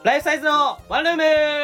ライフサイズのワンルーム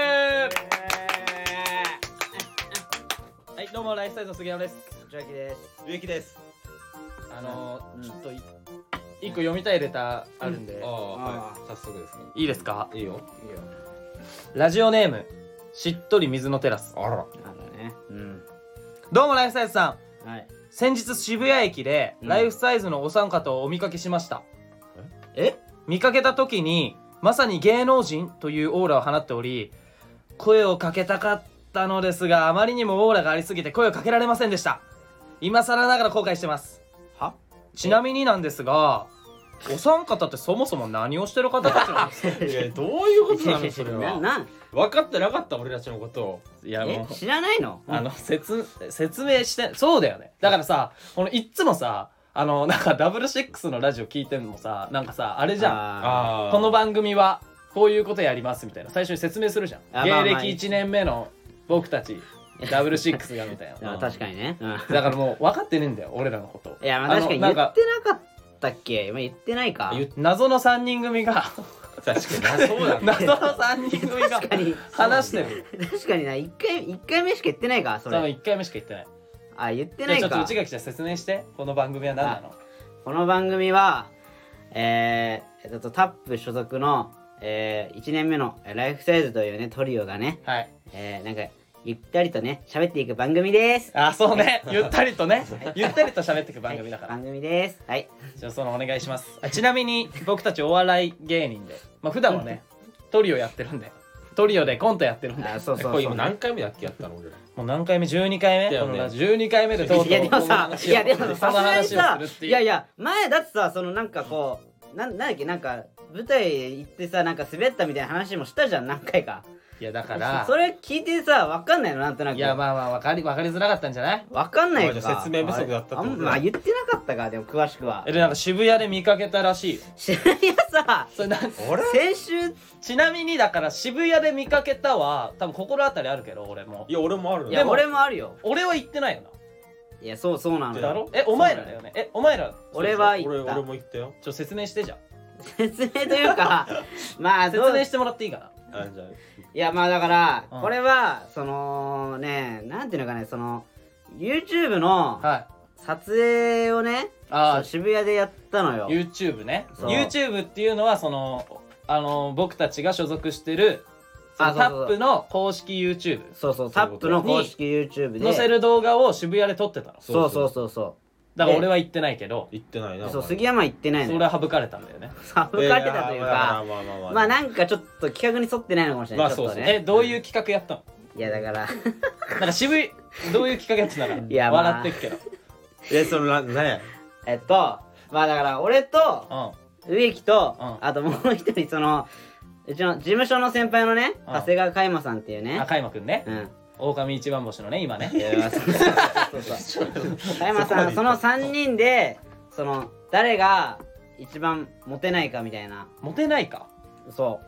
はい、どうもライフサイズの杉山です。 内脇です。 植木です。 ちょっと一個読みたいレターあるんで、 はい、早速ですね。 いいですか？ いいよ。 いいよ。 ラジオネームしっとり水のテラス。 あら。 なんだね。 どうもライフサイズさん、 はい。 先日渋谷駅でライフサイズのお三方をお見かけしました。見かけた時にまさに芸能人というオーラを放っており、声をかけたかったのですが、あまりにもオーラがありすぎて声をかけられませんでした。今更ながら後悔してます。 は？ ちなみになんですが、お三方ってそもそも何をしてる方たちなんですか？ いや、どういうことなのそれは。 なん分かってなかった俺たちのことを。 いやもう知らないの？ 説明して、そうだよね。だからさ、このいっつもさ、なんかダブルシックスのラジオ聞いてんのもさ、なんかさ、あれじゃん。この番組はこういうことやりますみたいな最初に説明するじゃん。芸歴1年目の僕たちダブルシックスがみたいな。 確かにね。 だからもう分かってねえんだよ俺らのこと。 いや、まあ確かに言ってなかったっけ？今言ってないか。 謎の3人組が確かにそうだね。 謎の3人組が話してる。 確かにな、1回目しか言ってないか、それ。 多分1回目しか言ってない。 あ、言ってないか。 ちょっと内垣ちゃん説明して。この番組は何なの？ この番組はタップ所属の1年目のライフサイズというねトリオがね、 はい、 なんかゆったりとね喋っていく番組です。 あ、そうね。ゆったりとねゆったりと喋っていく番組だから、 番組です。はい、 じゃあお願いします。ちなみに僕たちお笑い芸人で、まあ普段はねトリオやってるんで、トリオでコントやってるんで。 あ、そうこれ今何回目だっけやったの俺ら。 もう何回目12回目、 だよね、 この12回目でとうとういやでもさ、いやでもさすがにさ、いやいや前だってさ、そのなんかこうなんだっけ、なんか舞台行ってさ、なんか滑ったみたいな話もしたじゃん、何回か。 いやだからそれ聞いてさ、分かんないのなんとなく。 いやまあまあ分かりづらかったんじゃない？ 分かんないか。 説明不足だったってことだ。 まあ言ってなかったか、でも詳しくは。 でなんか渋谷で見かけたらしいよ。 いやさ、 それ先週ちなみにだから渋谷で見かけたは多分心当たりあるけど俺も。 いや俺もあるの。 いや俺もあるよ。 俺は行ってないよな。 いやそうなのよ。 だろ？お前らだよね。お前ら。 俺は行った。 俺も行ったよ。 説明してじゃん。 説明というかまあ説明してもらっていいかな。 じゃあいやまあだから、 うん、 これはそのね、なんていうのかね、その YouTube の撮影をね、渋谷でやったのよ。 YouTube ね。 YouTube っていうのはその僕たちが所属してるタップの公式 YouTube。 そうタップの公式 YouTube で載せる動画を渋谷で撮ってたの。 そうだから俺は行ってないけど。 行ってないな。 そう、杉山行ってないの。 それは省かれたんだよね。 省かれたというか、まあなんかちょっと企画に沿ってないのかもしれない。ちょっとね。 どういう企画やったの？ いやだからなんか渋いどういう企画やってたの？ いや笑ってっけど。 その何や。 まあだから俺と植木と、あともう一人、そのうちの事務所の先輩のね、長谷川海馬さんっていうね。 海馬くんね。狼一番星のね今ね。 そう海馬さん、その3人でその誰が一番モテないかみたいな。 モテないか。 そう、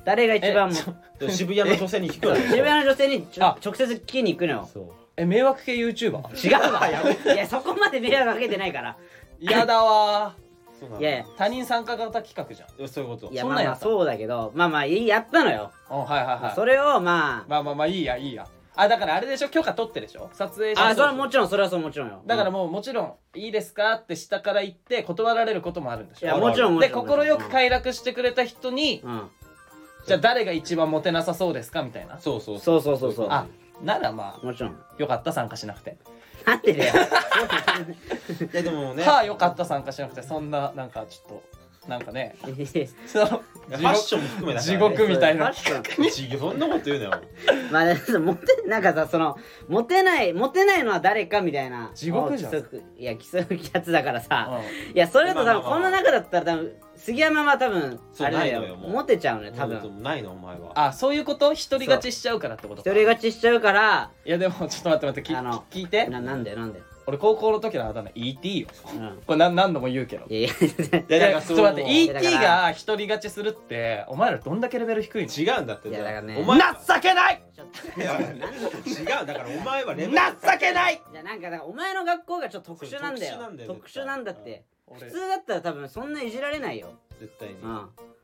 誰が一番渋谷の女性に聞くの。 渋谷の女性に直接聞きに行くのよ。 迷惑系 YouTuber？ 違うわいやそこまで迷惑かけてないから。 やだわー。 いや他人参加型企画じゃん。 そういうこと。 いやまあそうだけど、まあやったのよ。 はい。 それをまあいいや。だからあれでしょ、許可取ってでしょ、撮影者。 それはもちろん、それはもちろんよ。 だからもうもちろんいいですかって下から言って断られることもあるんでしょ。 いやもちろんで快く快諾してくれた人に、じゃあ誰が一番モテなさそうですかみたいな。 そうあ、ならまあもちろんよかった、参加しなくて。 なんでだよ。 いやでもね、 よかった、参加しなくて。そんななんかちょっとなんかね、 ファッションも含め地獄みたいな。 そんなこと言うなよ。 まあなんかさ、そのモテないのは誰かみたいな地獄じゃん。 いや競うやつだからさ、いやそれと多分こんな中だったら多分杉山は多分あれだよ、モテちゃうね多分。 ないのお前は。 そういうこと？一人勝ちしちゃうからってこと？ 一人勝ちしちゃうから。 いやでもちょっと待って聞いて。 なんで俺高校の時のあだ名 ET よ。これ何度も言うけど。 いやちょっと待って、 ET が一人勝ちするってお前らどんだけレベル低いの？ 違うんだって。 いやだからね、 お前情けない。 違う、だからお前はレベル情けない。 いやなんかお前の学校がちょっと特殊なんだよ。特殊なんだって。普通だったら多分そんないじられないよ。 絶対に。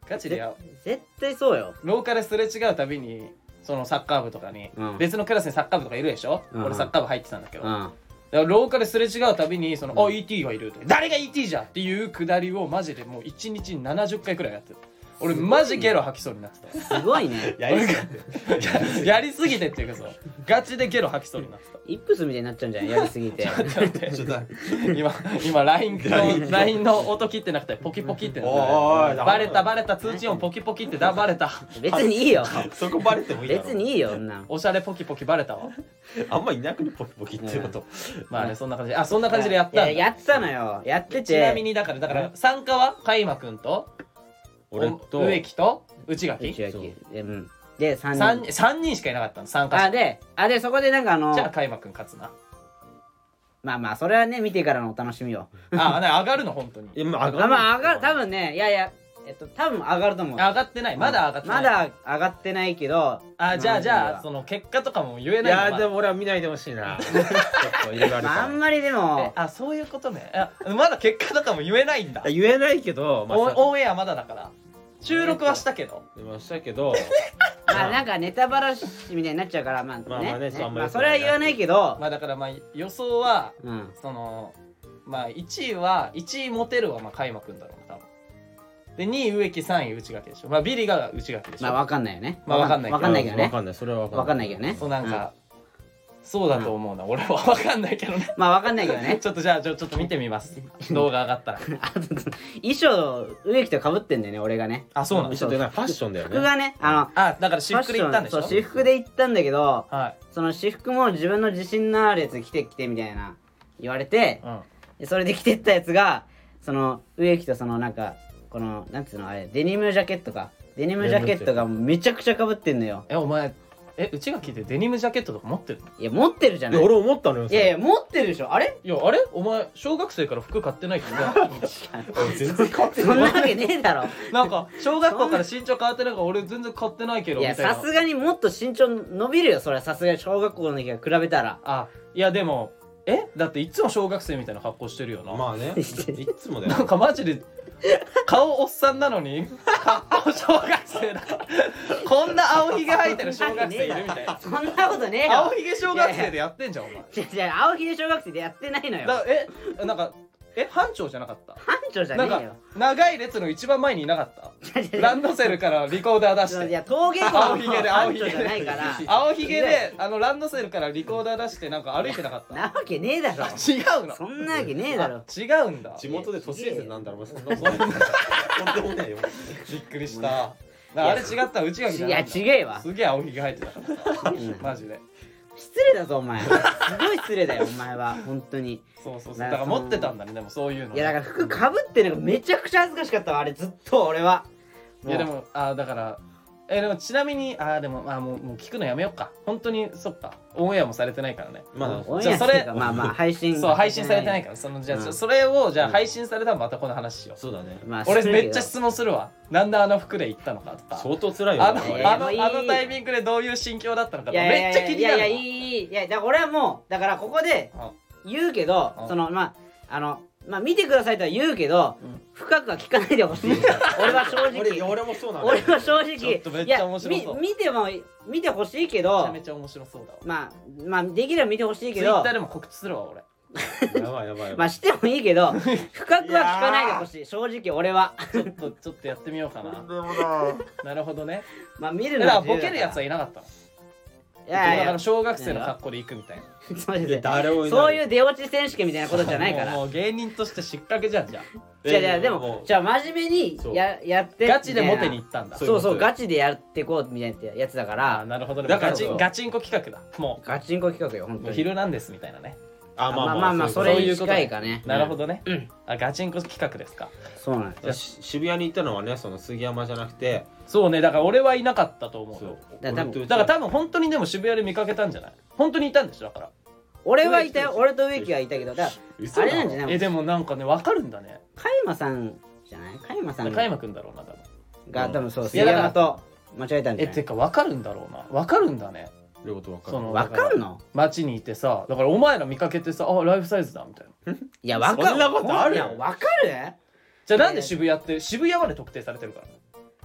ガチで絶対そうよ。 廊下ですれ違うたびにそのサッカー部とかに、別のクラスにサッカー部とかいるでしょ、俺サッカー部入ってたんだけど、だから廊下ですれ違うたびにあ ET がいると誰が ET じゃっていうくだりをマジでもう1日70回くらいやってる。俺マジゲロ吐きそうになってた。すごいね。 やりすぎてやりすぎてっていうかさ、ガチでゲロ吐きそうになってた。 イップスみたいになっちゃうんじゃん、やりすぎて。 今 LINE の音切ってなくてポキポキってバレた通知音ポキポキってバレた。 別にいいよ。 そこバレてもいいだろ。 別にいいよ、そんなん。 おしゃれポキポキバレたわ。 あんまいなくねポキポキっていうこと。 まあね、そんな感じでそんな感じでやったんだ。 やってたのよ。やってて。 ちなみにだから参加は海馬くんと俺と植木と内垣で 3人しかいなかったの参加者。 でそこでなんかじゃあ海馬くん勝つな。 まあそれはね見てからのお楽しみよ。 ね、上がるの本当に。 上がる多分ね、いや多分上がると思う。 上がってない、まだ上がってない。 まだ上がってないけど。 じゃあその結果とかも言えない。 いやでも俺は見ないでほしいな。 あんまりでもそういうことね。まだ結果とかも言えないんだ。 言えないけど、 オンエアまだだから収録はしたけど。 なんかネタバラシみたいになっちゃうからまあそれは言わないけど、 だから予想はその1位モテるは海馬くんだろうな多分。で2位植木3位内垣でしょ。ビリが内垣でしょ。 分かんないよね。 分かんないけどね。 分かんない、それは分かんないけどね。 そうなんかそうだと思うな。俺は分かんないけどね。 分かんないけどね。 ちょっとじゃあちょっと見てみます。動画上がったら。 衣装植木と被ってんだよね、俺がね。 そうなの。 ファッションだよね。 服がね、 だから私服で行ったんでしょ。 そう、私服で行ったんだけど、その私服も自分の自信のあるやつ着てみたいな言われて、それで着てったやつがその植木とそのなんかこのなんつうのあれデニムジャケットがめちゃくちゃ被ってんのよ。 お前内垣でデニムジャケットとか持ってるの？ いや持ってるじゃない。 俺思ったのよ。 いや持ってるでしょ。あれお前小学生から服買ってないけど全然買ってない。 そんなわけねえだろ。 なんか小学校から身長変わってないから俺全然買ってないけど。 いやさすがにもっと身長伸びるよ。それはさすがに小学校の時は比べたら。 いやでもだっていつも小学生みたいな格好してるよな。 まあねいつもだよ。 なんかマジで顔おっさんなのに格好小学生だからこんな青ひげ生えてる小学生いるみたいな。 そんなことねえよ。 青ひげ小学生でやってんじゃんお前。 違う青ひげ小学生でやってないのよ。 なんか班長じゃなかった？ 班長じゃねえよ。 なんか長い列の一番前にいなかった？ランドセルからリコーダー出して。 いや陶芸家青ひげで班長じゃないから。 青ひげでランドセルからリコーダー出してなんか歩いてなかった？ なわけねえだろ。 違うの。 そんなわけねえだろ。 違うんだ。 地元で都市伝説なんだろう。そんなとんでもねえよ。 びっくりした。あれ違った内垣じゃない。 いや違えわ。 すげえ青ひげ生えてたからマジで。 失礼だぞお前。すごい失礼だよお前は本当に。 そうだから持ってたんだね。でもそういうの。 いやだから服かぶってるのがめちゃくちゃ恥ずかしかったわあれずっと俺は。 いやでもだからでもちなみにでももう聞くのやめようか。本当にそっかオンエアもされてないからね。 じゃあそれ配信配信されてないからじゃあそれをじゃあ配信されたらまたこの話しよう。 そうだね。 俺めっちゃ質問するわ。なんであの服で行ったのかとか。 相当辛いよ。 あのタイミングでどういう心境だったのかとかめっちゃ気になるわ。 いやだから俺はもうだからここで言うけどその見てくださいとは言うけど深くは聞かないでほしい。俺は正直俺もそうなの。 俺は正直ちょっとめっちゃ面白そう。 見てほしいけどめちゃめちゃ面白そうだわ。 まあできれば見てほしいけど Twitter でも告知するわ俺。 やばいまあしてもいいけど深くは聞かないでほしい正直俺は。 ちょっとやってみようかな。なるほどね。 見るのはボケるやつはいなかったの？だから小学生の格好で行くみたいな。 そういう出落ち選手権みたいなことじゃないから。 もう芸人として失格じゃんじゃあ。 でも真面目にやってガチでモテに行ったんだ。 そうガチでやっていこうみたいなやつだから。 なるほどね。ガチンコ企画だ。もうガチンコ企画よ本当に。 ヒルナンデスみたいなね。 まあそれに近いかね。 なるほどね。ガチンコ企画ですか。 そうなんです。 渋谷に行ったのはねその杉山じゃなくて。 そうねだから俺はいなかったと思うよ。だから多分本当にでも渋谷で見かけたんじゃない？本当にいたんでしょだから。 俺はいたよ。俺と植木はいたけどあれなんじゃない？ でもなんかね分かるんだね。 加山さんじゃない？加山さん加山くんだろうな多分。 多分そう杉山と間違えたんじゃない？ てか分かるんだろうな。分かるんだね。 分かんの？ 街にいてさだからお前ら見かけてさライフサイズだみたいな。 いや分かる。 そんなことある？ 分かる？ じゃあなんで渋谷まで特定されてるから。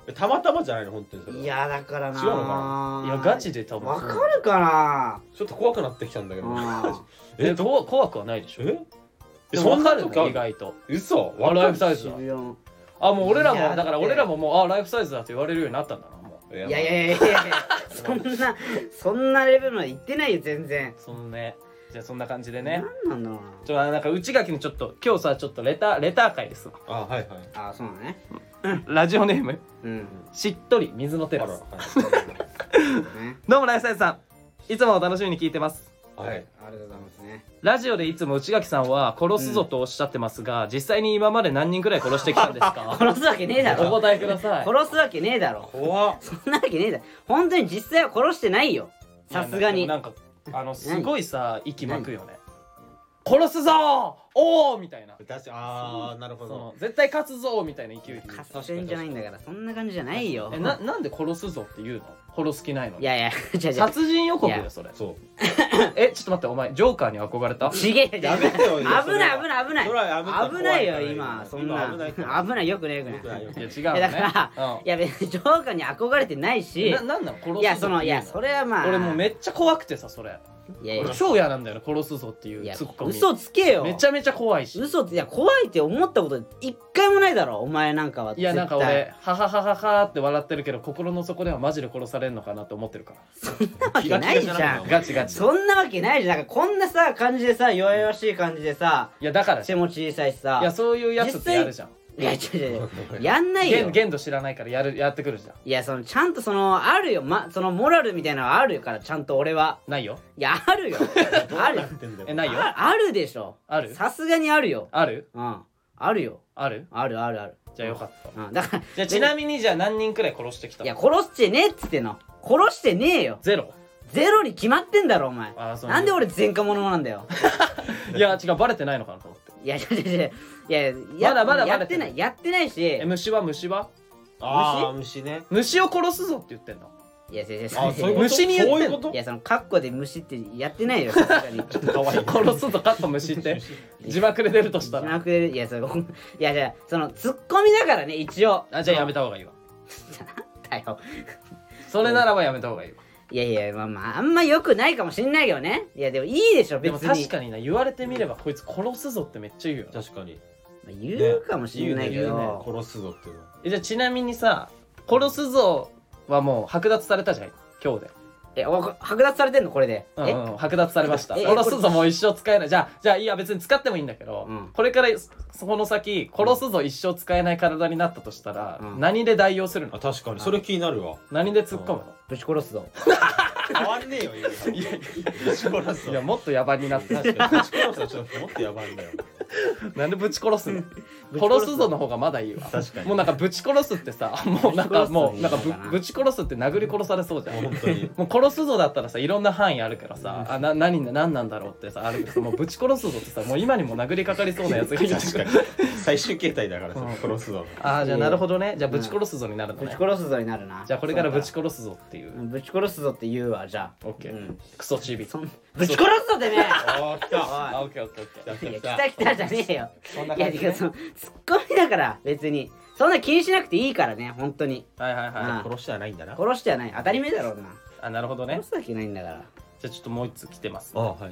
たまたまじゃないの本当にそれは。 いやだからな違うのかいやガチで多分わかるかな。 ちょっと怖くなってきたんだけど。 怖くはないでしょ。 えでも分かるそんな時あるの意外と。 嘘ライフサイズだ。 渋谷あもう俺らいやもだから俺らももうライフサイズだと言われるようになったんだなもう。 いやそんなレベルまで行ってないよ全然。 そのね。じゃあそんな感じでね。 なんなんだろうな。 なんか内垣のちょっと今日さちょっとレター会ですわ。 あはいはい。 あそうなのね。 ラジオネームうんしっとり水のテラス。 ねどうもライフサイズさん、いつも楽しみに聞いてます。 はい。 ありがとうございますね。 ラジオでいつも内垣さんは殺すぞとおっしゃってますが、実際に今まで何人くらい殺してきたんですか？ 殺すわけねえだろ。 お答えください。 殺すわけねえだろ。 怖っ。 そんなわけねえだろ。本当に実際は殺してないよ。さすがに。 なんかすごいさ息巻くよね。殺すぞーおーみたいな。 確かなるほそのど。 絶対勝つぞーみたいな勢いで言う。 合戦じゃないんだからそんな感じじゃないよ。 なんで殺すぞって言うの？殺す気ないのに。 いやいやじゃ殺人予告だよそれ。 そう。 ちょっと待ってお前ジョーカーに憧れた？ ちげえやめてよ。 危ない危ないそれはやめた危ないよ怖いから今そんな今危ないから危ないよくねよくねよくないよいや違ういやだね。 からいや別にジョーカーに憧れてないしなんなの殺すぞって言うの？ いやいやそれはまあ俺もうめっちゃ怖くてさそれ。 いやいや俺超嫌なんだよね殺すぞっていういやツッコミ。 嘘つけよめちゃめちゃ怖いし。 嘘っていや怖いって思ったこと一回もないだろお前なんかは。 いやなんか絶対俺ハハハハハって笑ってるけど心の底ではマジで殺されるのかなって思ってるから。 そんなわけないじゃん。 ガチガチ。 そんなわけないじゃん。なんかこんなさ感じでさ弱々しい感じでさいやだから背も小さいしさ。 いやそういうやつってやるじゃん。 いや違うやんないよ。 限度知らないからやってくるじゃん。 いやそのちゃんとあるよそのモラルみたいなのはあるからちゃんと俺は。 ないよ。 いやあるよ。あるないよ。 あるでしょ。 ある？ さすがにあるよ。 ある？ あるよ。 ある？ あるあるある。 じゃあよかった。 だからじゃあちなみにじゃあ何人くらい殺してきたの？ いや殺してねえっつってんの。殺してねえよ。 ゼロ？ ゼロに決まってんだろお前。 そうなんで俺前科者なんだよ。 いや違うバレてないのかなと思って。 いやまだやってないし。 虫は虫ね。 虫を殺すぞって言ってんの？ いやそういうこと。 虫に言ってんの？ いやカッコで虫ってやってないよさすがに。ちょっと可愛い。 殺すぞカッコ虫って字幕で出るとしたら。 いやじゃあそのツッコミだからね一応。 じゃあやめた方がいいわ。 だよ。 それならばやめた方がいいわ。 いやまああんま良くないかもしんないけどね。いやでもいいでしょ別に。 でも確かにな言われてみればこいつ殺すぞってめっちゃ言うよ。 確かに。 言うかもしんないけど。 殺すぞっていうの。 じゃあちなみにさ殺すぞはもう剥奪されたじゃん今日で。 剥奪されてんのこれで。 剥奪されました。殺すぞもう一生使えない。じゃあいや別に使ってもいいんだけど、これからその先殺すぞ一生使えない体になったとしたら、何で代用するの？ 確かにそれ気になるわ。 何で突っ込むの？ ぶち殺すぞ。 変わんねえよ。ぶち殺すぞ。 いやもっと野蛮になって確かにぶち殺すはちょっともっとやばいんだよ。 なんでぶち殺すの？殺すぞの方がまだいいわ。 確かに。 もうなんかぶち殺すってさもうなんかぶち殺すって殴り殺されそうじゃん。 本当に。 もう殺すぞだったらさいろんな範囲あるからさ何なんだろうってさあるけどもうぶち殺すぞってさもう今にも殴りかかりそうなやつがいる。 確かに。最終形態だからさ殺すぞ。 じゃあなるほどね。じゃあぶち殺すぞになるのね。 ぶち殺すぞになるな。 じゃあこれからぶち殺すぞっていう。 ぶち殺すぞって言うわじゃあ。 オッケー。クソチビ。 ぶち殺すぞてめえ。 おー来た。 オッケーオッケーオッケー。 いや来たじゃねえよ。 そんな感じね。 ツッコミだから別にそんな気にしなくていいからね本当に。 はい殺してはないんだな。 殺してはない当たり前だろうな。 なるほどね。 殺すわけないんだから。 じゃあちょっともう一通来てます。 はい。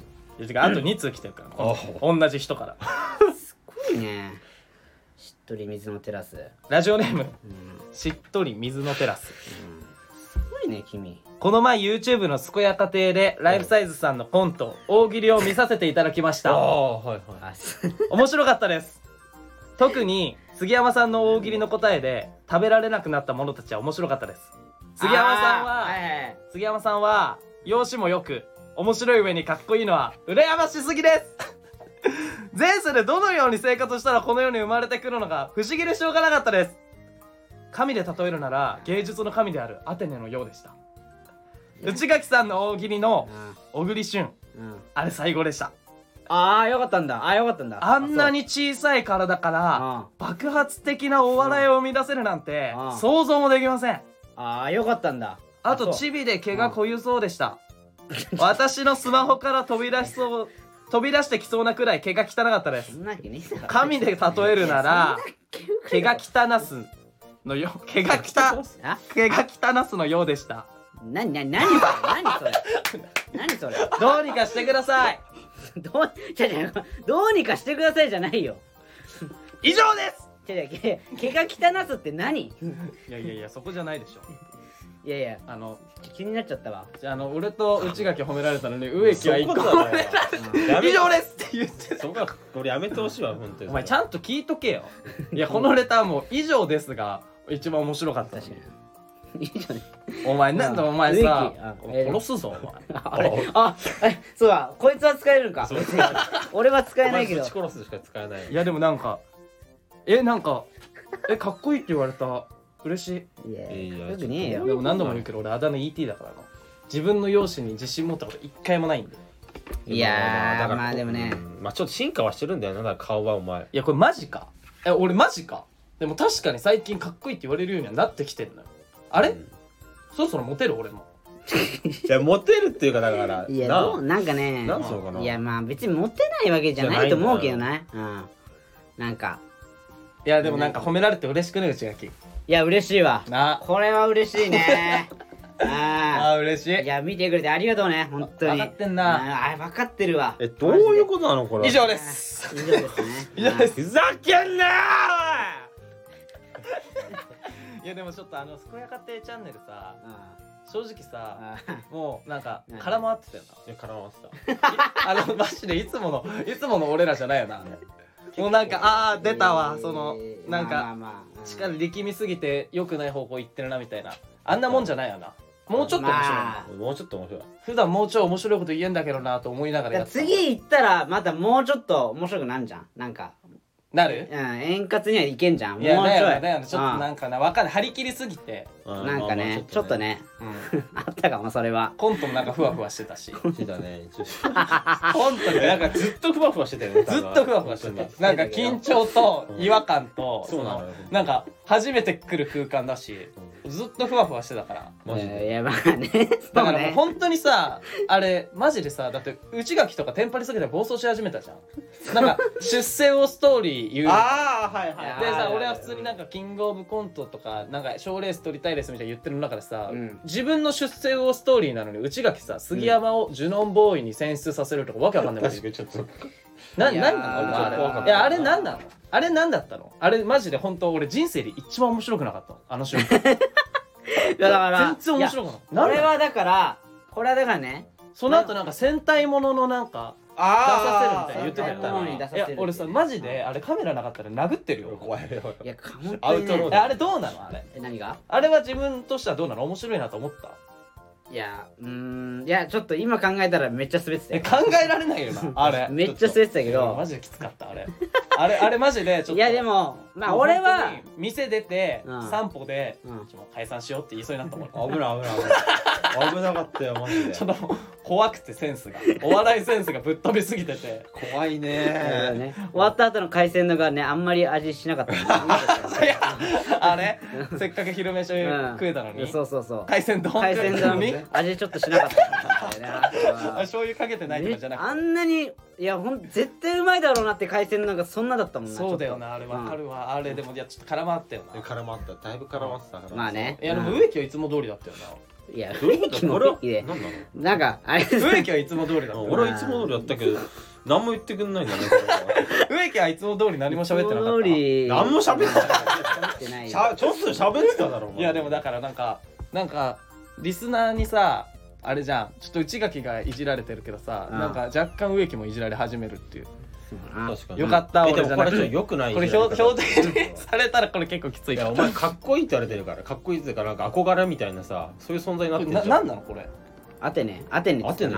あと2通来てるから同じ人から。 すごいね。しっとり水のテラス。 ラジオネームしっとり水のテラス。 すごいね君。 この前 YouTube の健やか亭でライフサイズさんのコント大喜利を見させていただきました。面白かったです。特に杉山さんの大喜利の答えで食べられなくなった者たちは面白かったです。杉山さんは容姿も良く面白い上にかっこいいのは羨ましすぎです。前世でどのように生活したらこの世に生まれてくるのか不思議でしょうがなかったです。神で例えるなら芸術の神であるアテネのようでした。内垣さんの大喜利の小栗旬、あれ最高でした。 よかったんだ。 あんなに小さい体から爆発的なお笑いを生み出せるなんて想像もできません。 よかったんだ。 あとチビで毛が濃ゆそうでした。私のスマホから飛び出してきそうなくらい毛が汚かったです。神で例えるなら毛が汚すのよ毛が汚すのようでした。 何それ何それどうにかしてください。 どうにかしてくださいじゃないよ。 以上です。 毛が汚すって何？ いやそこじゃないでしょ。 いや気になっちゃったわ。 俺と内垣褒められたのに植木は一個以上ですって言って、 そこはこれやめてほしいわ本当に。 お前ちゃんと聞いとけよ。いやこのレターも以上ですが一番面白かったし。お前なんだお前さ、殺すぞお前。 そうだ、こいつは使えるんか。俺は使えないけど。 ぶち殺すしか使えない。 いやでもなんかかっこいいって言われた。嬉しい。 いやよくねえよ。 でも何度も言うけど俺あだ名 ET だからな。自分の容姿に自信持ったこと一回もないんで。 いやまあでもね、 まあちょっと進化はしてるんだよな、だから顔はお前。 いやこれマジか。俺マジか。でも確かに最近かっこいいって言われるようにはなってきてんのよ。あれ、そろそろモテる俺も。 いやモテるっていうかだから、 いやなんかね、 なんそうかな。 いやまあ別にモテないわけじゃないと思うけどね。なんかいやでもなんか褒められて嬉しくね内垣。 いや嬉しいわ。これは嬉しいね。 嬉しい。 いや見てくれてありがとうね本当に。 分かってんな。 分かってるわ。 どういうことなのこれ。 以上です。 以上ですね。 以上です。 ふざけんなよ。 いやでもちょっと健やか亭チャンネルさ、正直さもうなんか空回ってたよな。 いや空回ってた。 マジでいつもの俺らじゃないよな。もうなんか出たわそのなんか力力みすぎて良くない方向行ってるなみたいな、あんなもんじゃないよな。もうちょっと面白い。 もうちょっと面白い。 普段もうちょい面白いこと言えんだけどなと思いながらやってた。 次行ったらまたもうちょっと面白くなんじゃん。なんかなる？ 円滑にはいけんじゃん。 いやだよねちょっとなんかな分かんない、張り切りすぎてなんかねちょっとねあったかもそれは。 コントもなんかふわふわしてたし。 してたね。 コントでなんかずっとふわふわしてたよね。 ずっとふわふわしてた。なんか緊張と違和感とそのなんか初めて来る空間だしずっとふわふわしてたから。 マジで。 いやまあね。 だからもう本当にさあれマジでさ、だって内垣とかテンパりすぎて暴走し始めたじゃん。なんか出世をストーリー言う。でさ俺は普通になんかキングオブコントとかなんか賞レース取りたいですみたいな言ってる中でさ、自分の出世をストーリーなのに内垣さ杉山をジュノンボーイに選出させるとかわけわかんない。 確かにちょっとなんなのあれ。いやあれなんなのあれなんだったのあれ。マジで本当俺人生で一番面白くなかったのあの瞬間。 だから全然面白くない。 これはだからね、 その後なんか戦隊もののなんか出させるみたいな言ってたよね。いや俺さマジであれカメラなかったら殴ってるよ。 怖いよ。 いやアウトローあれどうなのあれ。 何があれは自分としてはどうなの。面白いなと思った。 いやいやちょっと今考えたらめっちゃ滑ってたよ。 考えられないよなあれ。 めっちゃ滑ってたけどマジできつかったあれ。あれマジでちょっと。 いやでもまあ俺は店出て散歩で解散しようって言いそうになったもん。 危なかったよマジで。 ちょっと怖くてセンスがお笑いセンスがぶっ飛びすぎてて怖いね。 終わった後の海鮮のがねあんまり味しなかった。 あれせっかく昼飯食えたのに。 そう海鮮丼に味ちょっとしなかった醤油かけてないとかじゃなくてあんなにいや絶対うまいだろうなって海鮮なんかそんなだったもんな。 そうだよなあれわかるわ。あれでもいやちょっと絡まったよな。 絡まっただいぶ絡まってたから。 まあね。 いやでも植木はいつも通りだったよな。 いや植木もなんかあれ植木はいつも通りだった。 俺はいつも通りだったけど何も言ってくんないんだね。 植木はいつも通り何も喋ってなかった。 何も喋ってない。ちょっと喋ってただろ。 いやでもだからなんかリスナーにさあれじゃんちょっと内垣がいじられてるけどさなんか若干植木もいじられ始めるっていう。 確かによかった俺じゃなくてよくない。 これ標定されたらこれ結構きついから。 お前かっこいいって言われてるからかっこいいって言うからなんか憧れみたいなさそういう存在になってるじゃん。 なんなのこれ。 アテネかこいつ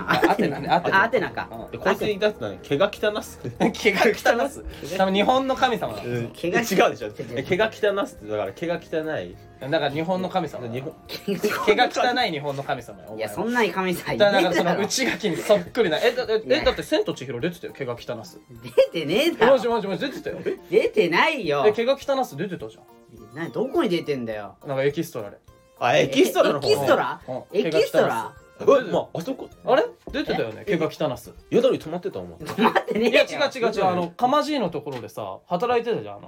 に出すのね毛が汚す毛が汚す多分日本の神様だ。 毛が違うでしょ。毛が汚すってだから毛が汚いだから日本の神様。毛が汚い日本の神様よ。 いやそんなに神様いだからその内垣にそっくりなだって千と千尋出てたよ毛が汚す。 出てねえだろ。 マジ出てたよ。 出てないよ。 毛が汚す出てたじゃん。どこに出てんだよ。 なんかエキストラで。 エキストラの方。 エキストラあそこあれ出てたよね毛が汚す。 宿に泊まってたお前。 泊まってねえ。 いや違うかまじいのところでさ働いてたじゃん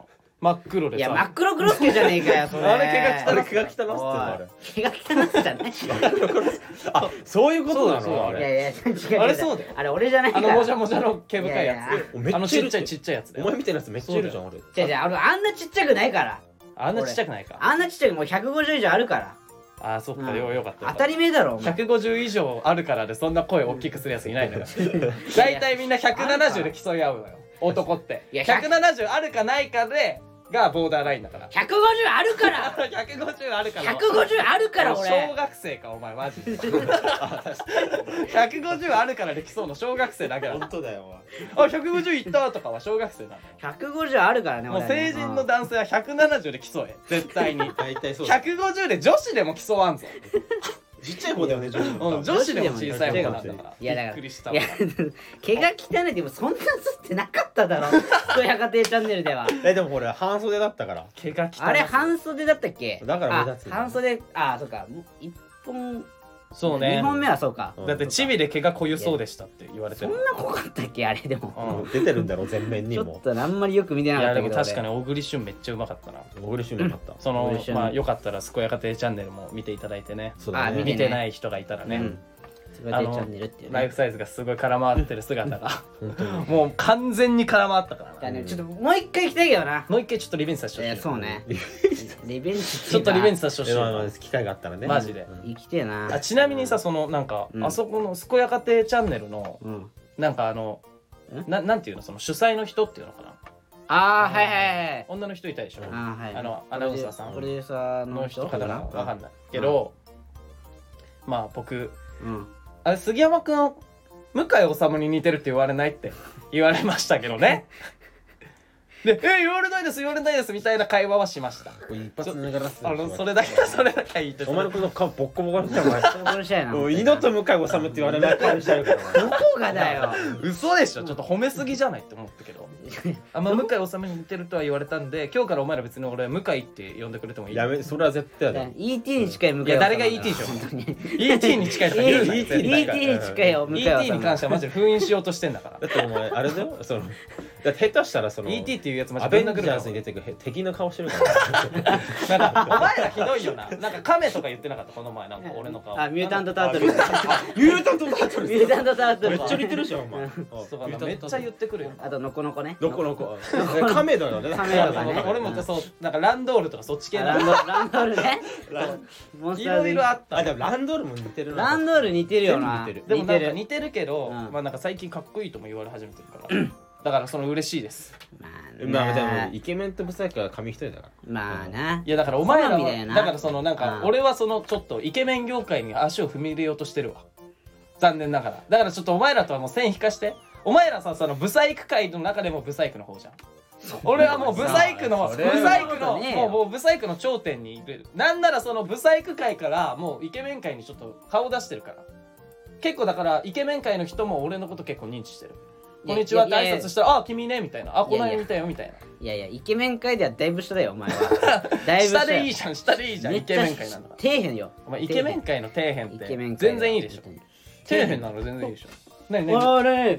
真っ黒でさ。 いや真っ黒クロスケじゃねえかよそれ。 あれ毛が汚っつってんのあれ。 毛が汚っつじゃねあ、そういうことなそうのあいやれ。 いや違う。 あれそうだよ。 あれ俺じゃないかあら。 のもじゃもじゃの毛深いやいやつ。あのちっちゃいちっちゃいやつだよ。 お前みたいなやつめっちゃいるじゃん俺。 違う俺あんなちっちゃくないから。 あんなちっちゃくないか。 あんなちっちゃくもう150以上あるから。 あー、そっか、 うんよかった。 当たり前だろお前。 150以上あるからでそんな声大きくするやついないのよ。大体みんな170で競い合うのよ、男って。 いや 170あるかないかでがボーダーラインだから。 150あるから 150あるから。 150あるから俺。 小学生かお前マジで。150あるからできそうの小学生だけだ。 本当だよあ、150いったとかは小学生なのよ。 150あるからねもう俺。 成人の男性は170で競え、絶対に。 大体そうだ。 150で女子でも競わんぞ。 ちっちゃい方だよね女子も。 女子でも小さい方なんだから。 いやだからびっくりしたいや毛が汚いでもそんなすってなかっただろ。スコヤ家庭チャンネルでは。 でもこれ半袖だったから。 毛が汚い。 あれ半袖だったっけ？ だから目立つんだあ半袖、あそうか。1本そうね。 2本目はそうか。 だってチビで毛が濃ゆそうでしたって言われてる。 そんな濃かったっけあれでも。 もう出てるんだろ全面にちょっも。 とあんまりよく見てないかっやたけど。 でも確かに小栗旬めっちゃうまかったな。 小栗旬も勝った。 その小栗旬まあよかったら健やか亭チャンネルも見ていただいてね。 そうだね。 見て見てない人がいたらね。 うん。スコヤ家庭チャンネルっていうね。 ライフサイズがすごい絡まってる姿が本当に。 もう完全に絡まったからな。 じゃあねちょっともう一回行きたいけどな。 もう一回ちょっとリベンジさせてほしい。 そうね。リベンジちょっとリベンジさせてほしいまあ機会があったらね。 マジで。 行きてえな。 あ、ちなみにさ、そのなんか、 うんあそこの健やか亭チャンネルのうん。 なんかなんていうの、その主催の人っていうのかな、 あーはいはいはい。 女の人いたでしょ。 あーはい。 アナウンサーさんプロデューサーのの人か人かな、 な。 わかんないけど、まあ僕うん。 あれ杉山くん向井治に似てるって言われないって言われましたけどね。で、言われないです言われないですみたいな会話はしました。 一発ながらそれだけ言ってた。 お前のこと顔ボッコボコにしてお前。 殺したいな。 もう二度と向井治って言われない顔してるからどこがだよ。 嘘でしょ、ちょっと褒めすぎじゃないって思ったけど。あんま向井治に似てるとは言われたんで、今日からお前ら別に俺向井って呼んでくれてもいい。 やめ、それは絶対やだ。 ET に近い向井。 いや誰が ET でしょ本当に。 ET に近いとか言うなよ絶対。 ET に近いよ向井。 ET に関してはマジで封印しようとしてんだから。 だってお前あれだよ、そのだって下手したらその ET っていうやつマジアベンジぶん殴るからャーズに出てくる敵の顔してるからなんかお前らひどいよな。なんか亀とか言ってなかったこの前、なんか俺の顔。 あ、ミュータントタートル。ミミュータントタートルュータントタートル。 めっちゃ似てるじゃんお前そうかな、めっちゃ言ってくるよ。 あとノコノコね。 どこの子亀だよね。 亀だからね俺もそう、なんかランドールとかそっち系な。 ランドールね。モンスターズいろいろあったの。 あでもランドールも似てるな。 ランドール似てるよな。 全部似てるでもなんかる。 似てるけど、 うんまあなんか最近かっこいいとも言われ始めてるから。だからその嬉しいです。 まあでもイケメンとブサイクは紙一重だから。 まあな。 いやだからお前らは好みだよなだからそのなんかうん俺はそのちょっとイケメン業界に足を踏み入れようとしてるわ。残念ながら。だからちょっとお前らとはもう線引かして。お前らさ、そのブサイク界の中でもブサイクの方じゃん。俺はもうブサイクのそれはブサイクのねえよもうブサイクの頂点にいる。なんならそのブサイク界からもうイケメン界にちょっと顔出してるから。結構だからイケメン界の人も俺のこと結構認知してる。こんにちはって挨拶したら、あ、君ねみたいな。あ、この間見たよみたいな。 いやいや、イケメン界ではだいぶ下だよ、お前は。だいぶ下でいいじゃん、下でいいじゃん。イケメン界なんだから。 底辺よ。 お前イケメン界の底辺ってイケメン界全然いいでしょ。底辺なの全然いいでしょ。何何？ おれ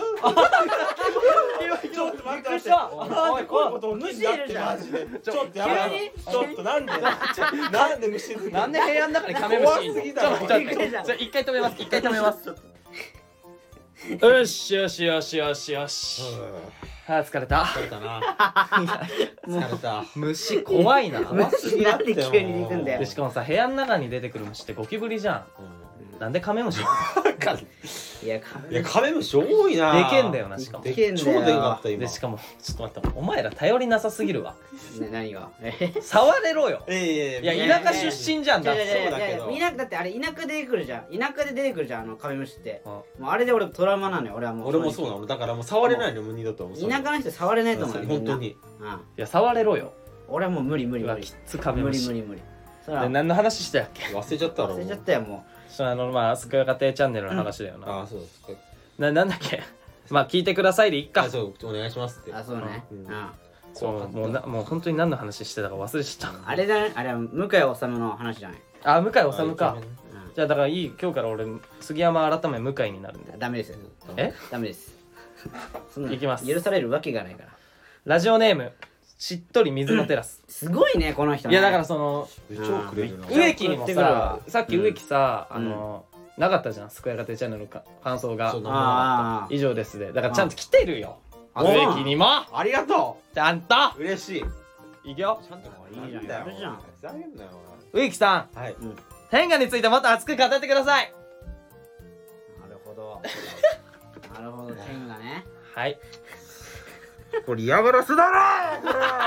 ちょっと待ってびっくりしたおいこういうこと無視いるじゃん。 ちょっとやばいちょっとなんで虫つけなんで部屋の中にカメムシいんの？ 怖すぎだろちょっと待ってじゃあ一回止めます。一回止めます。よしよしよしよしよし。あー疲れた。 疲れたな疲れた虫怖いな。 なんで急に行くんだよで。しかもさ、部屋の中に出てくる虫ってゴキブリじゃん。なんでカメムシ？ いや、 いやカメムシ多いなでけんだよなしかも。 でけんだよ超でかかった今でしかもちょっと待って、お前ら頼りなさすぎるわ。 何が触れろよ。 いいや田舎出身じゃんだって。 そうだけどだってあれ田舎で出てくるじゃん。田舎で出てくるじゃん、あのカメムシって。 うんもうあれで俺トラウマなのよ、俺はもう。 俺もそうなのだからもう触れないのもう二度と田舎の人触れないと思うよ。 本当にみんな。うん。 いや触れろよ。 俺はもう無理無理無理うわき。つカメムシ。 無理無理無理。そらで何の話したっけ？ 忘れちゃったろ忘れちゃったよ、もまあ健やか亭チャンネルの話だよな。 ああそうですなんだっけ？まあ聞いてくださいでいっかあ。そうお願いしますってう。あ、そうね。 うんうん。 そうもう本当に何の話してたか忘れちゃっあれだね、あれは向井治の話じゃない。 た。あ、向井治か。 うじゃあだからいい、今日から俺杉山改め向井になるんで。 ん。ダメですよ。 え？ ダメです。そんな行きます許されるわけがないから。 ラジオネームしっとり水のテラス。 すごいねこの人ね。 いやだからその超くれるな。 植木にも送ってくるわさ、さっき植木さ、なかったじゃん、健やかてチャンネルの感想が。以上ですで。だからちゃんと来てるよ。植木にもありがとちゃんとう。嬉しい。 いくよ。 ちゃんといいじゃんやるじゃん。 ふざけんなよ植木さん、 はい。 天下についてもっと熱く語ってください。 なるほど。なるほど、天がね。 はい。 これ嫌がらせだな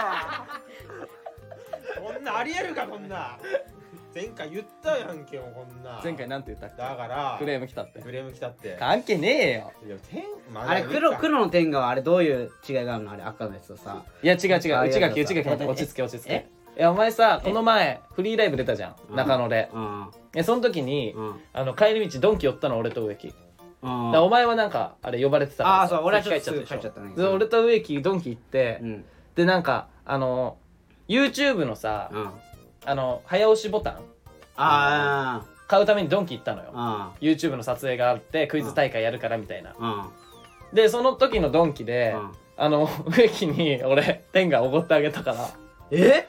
こんなありえるかこんな。前回言ったやんけもこんな。 前回なんて言ったっけ？ だからクレーム来たって。 クレーム来たって。 関係ねえよ。 いやあれ黒の天下はあれどういう違いがあるの？あれ赤のやつとさ。 いや違う違う、内垣落ち着け落ち着け。いやお前さ、この前フリーライブ出たじゃん、中野で。その時に帰り道ドンキ寄ったの俺と植木。お前はなんかあれ呼ばれてたから。 ああそう、俺はちょっと帰っちゃったね。 俺と植木ドンキ行って、でなんかYouTube のさ、早押しボタン買うためにドンキ行ったのよ。 YouTube の撮影があってクイズ大会やるからみたいな。でその時のドンキで植木に俺天がおごってあげたから。 え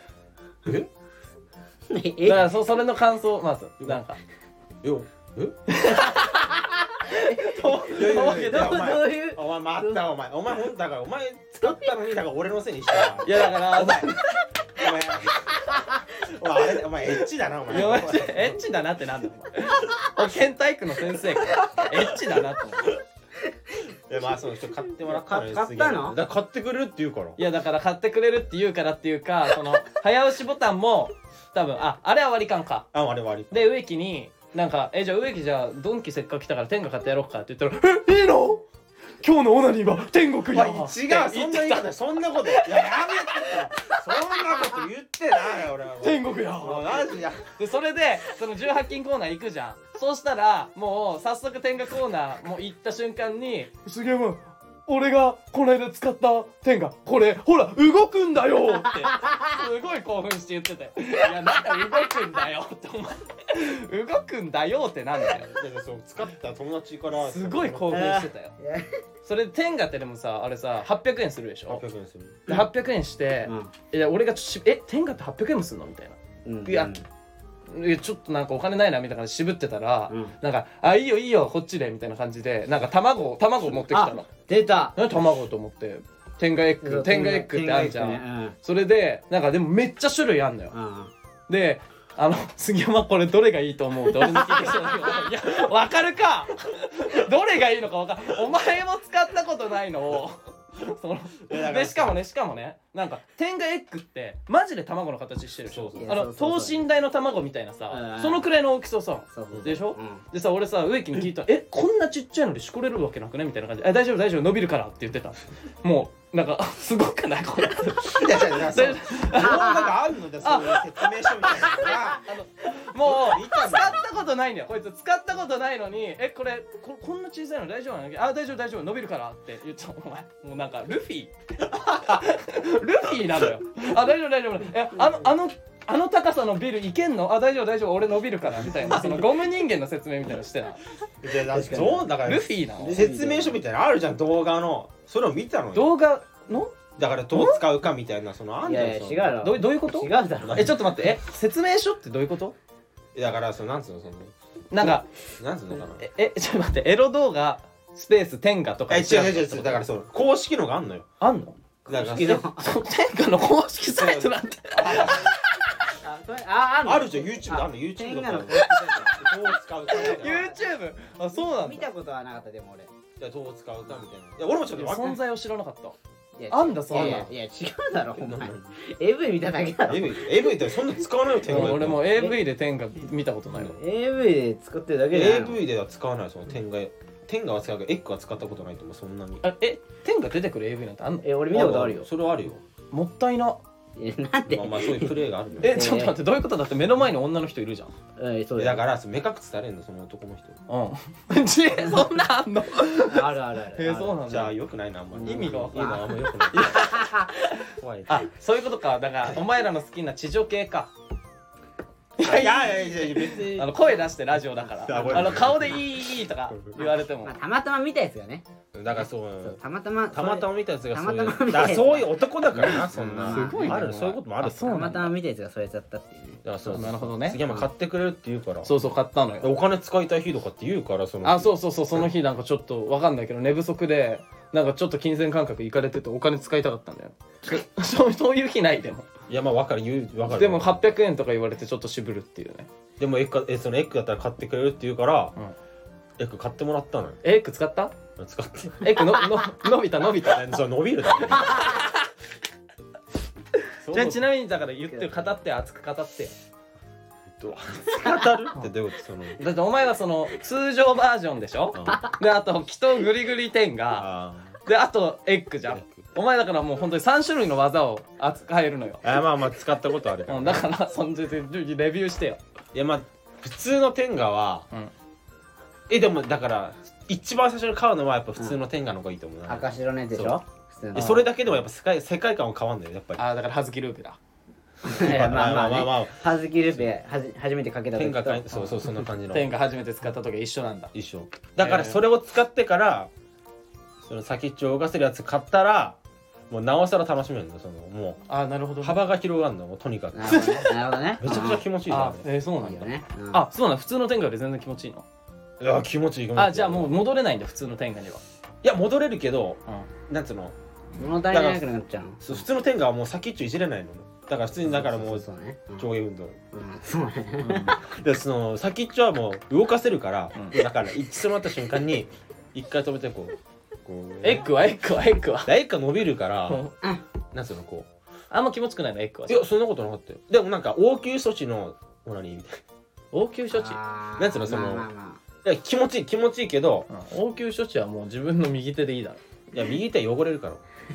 だからそれの感想まずなんかよえどういう？ お前待ったお前ほんだからお前使ったのにだから俺のせいにした。 いやだからお前エッチだなお前。 エッチだなってなんだお前。県体育の先生かエッチだなって思う。 いやまあその人買ってもらったのよ。 買ったの？ だから買ってくれるって言うから。 いやだから買ってくれるって言うからっていうかその早押しボタンも多分あれは割り勘か。 あれ割り勘で植木になんかじゃあ植木じゃあドンキせっかく来たから天下買ってやろうかって言ったらいいの？今日のオナニーは天国や。 違うそんな言い方そんなこといややめてそんなこと言ってないよ俺は。 天国や。 マジや。 でそれでその18金コーナー行くじゃん。そうしたらもう早速天下コーナーもう行った瞬間にすげえもん俺がこの間使った天下これほら動くんだよってすごい興奮して言ってていやなんか動くんだよってお前動くんだよってなんだよ。 そう使った友達からすごい興奮してたよ。それ天下ってでもさあれさ800円するでしょ。 800円する。 で800円して、いや俺が天下って800円もするのみたいな。いやちょっとなんかお金ないなみたいな感じで渋ってたら、なんかいいよこっちでみたいな感じでなんか卵持ってきたの。 出た。 何卵と思って天下エッグってあるじゃん。それでなんかでもめっちゃ種類あんのよ。で杉山これどれがいいと思うって俺に聞いてきたんだけどいや分かるかどれがいいのか分かる。お前も使ったことないのをでしかもねなんか天下エッグってマジで卵の形してるでしょ。等身大の卵みたいなさそのくらいの大きささでしょ。でさ俺さ植木に聞いたらこんなちっちゃいのでしこれるわけなくねみたいな感じで大丈夫伸びるからって言ってた。もうなんかすごくないこれ。 いやなんかあるのでそういう説明書みたいなのがもう使ったことないんだよこいつ。使ったことないのにこんな小さいの大丈夫なの？大丈夫伸びるからって言っちゃう。お前もうなんかルフィルフィなのよ。大丈夫あの高さのビル行けんの？大丈夫俺伸びるからみたいなそのゴム人間の説明みたいなのしてない。 そうだからルフィなの説明書みたいなのあるじゃん動画の。それを見たのよ。 動画のだからどう使うかみたいなそのあんじゃん。 いや違うの。 どういうこと？ 違うだろ。 ちょっと待って説明書ってどういうこと？ だからなんつうのなんかなんつうのかな。 ちょっと待ってエロ動画スペース天下とか違うだからそう公式のがあんのよ。 あんの？ だから天下の公式サイトなんてあるじゃん YouTube あんの YouTube とかどう使うかみたいな。 YouTube そうなんだ。 見たことはなかったでも俺。 どう使うかみたいな。いや俺もちょっと存在を知らなかった。あんだそんな。 いや違うだろお前。AV 見ただけだろ。 AV ってそんな使わないよ天下。 俺も AV で天下見たことないわ。 AV で使ってるだけだよ。 AV では使わないその天下は使うけどエッグは使ったことないと思うそんなに。 天下出てくる AV なんてあんの？ 俺見たことあるよ。 それはあるよ。 もったいな。 なんで？ まあそういうプレーがあるよ。 ちょっと待ってどういうことだって目の前に女の人いるじゃん。 そうだから目隠しされんのその男の人。 そんなあんの？ ある。 そうなんだ。 じゃあ良くないなあんまり。 意味が分かんない。 あんま良くない。怖い。 そういうことか。だからお前らの好きな地上系か。 いや別に声出してラジオだから顔でいいとか言われてもたまたま見たやつがね。 だからそうたまたま見たやつがそういうたまたま見たやつだからそういう男だからなそんなすごいなあるそういうこともあるあそうたまたま見たやつがそれだったっていうね。 だからそうなるほどね杉山買ってくれるって言うからそうそう買ったのよお金使いたい日とかって言うからそのあそうそうそうその日なんかちょっとわかんないけど寝不足でなんかちょっと金銭感覚いかれててお金使いたかったんだよそういう日ないでもいやまあ分かるでも800円とか言われてちょっと渋るっていうねでもそのエッグだったら買ってくれるって言うからエッグ買ってもらったのよエッグ使った使ってエッグ伸びたそう伸びるだけじゃあちなみにだから言ってる語って熱く語ってよ語るってどういうことそのだってお前はその通常バージョンでしょであと祈祷グリグリ10がであとエッグじゃんお前だからもう本当に3種類の技を扱えるのよまあ使ったことあるだからそんでレビューしてよいやまあ普通の天下はでもだから一番最初に買うのはやっぱ普通の天下の方がいいと思うな赤白のやつでしょ。 それだけでもやっぱ世界観は変わんだよやっぱりだから葉月ルーペだまあ葉月ルーペ初めてかけた時と天下そうそんな感じの天下初めて使った時は一緒なんだ一緒だからそれを使ってからその先っちょを動かせるやつ買ったらもうなおさら楽しめるんだそのもうなるほど幅が広がるんだもうとにかくなるほどね。 めちゃくちゃ気持ちいいからねそうなんだいいよね。 そうなん普通の天下より全然気持ちいいのいや気持ちいいじゃあもう戻れないんだ普通の天下にはいや戻れるけどなんつうの物足りなくなっちゃうの。 普通の天下はもう先っちょいじれないのだから普通にだからもうそうね。 上下運動そうね。 でその先っちょはもう動かせるからだから一緒になった瞬間に一回止めてこうエッグはエッグが伸びるからなんつうのこうあんま気持ちくないのエッグはいやそんなことなかったよでもなんか応急処置のオナニーみたい応急処置なんつうのそのいや気持ちいいけど応急処置はもう自分の右手でいいだろいや右手汚れるから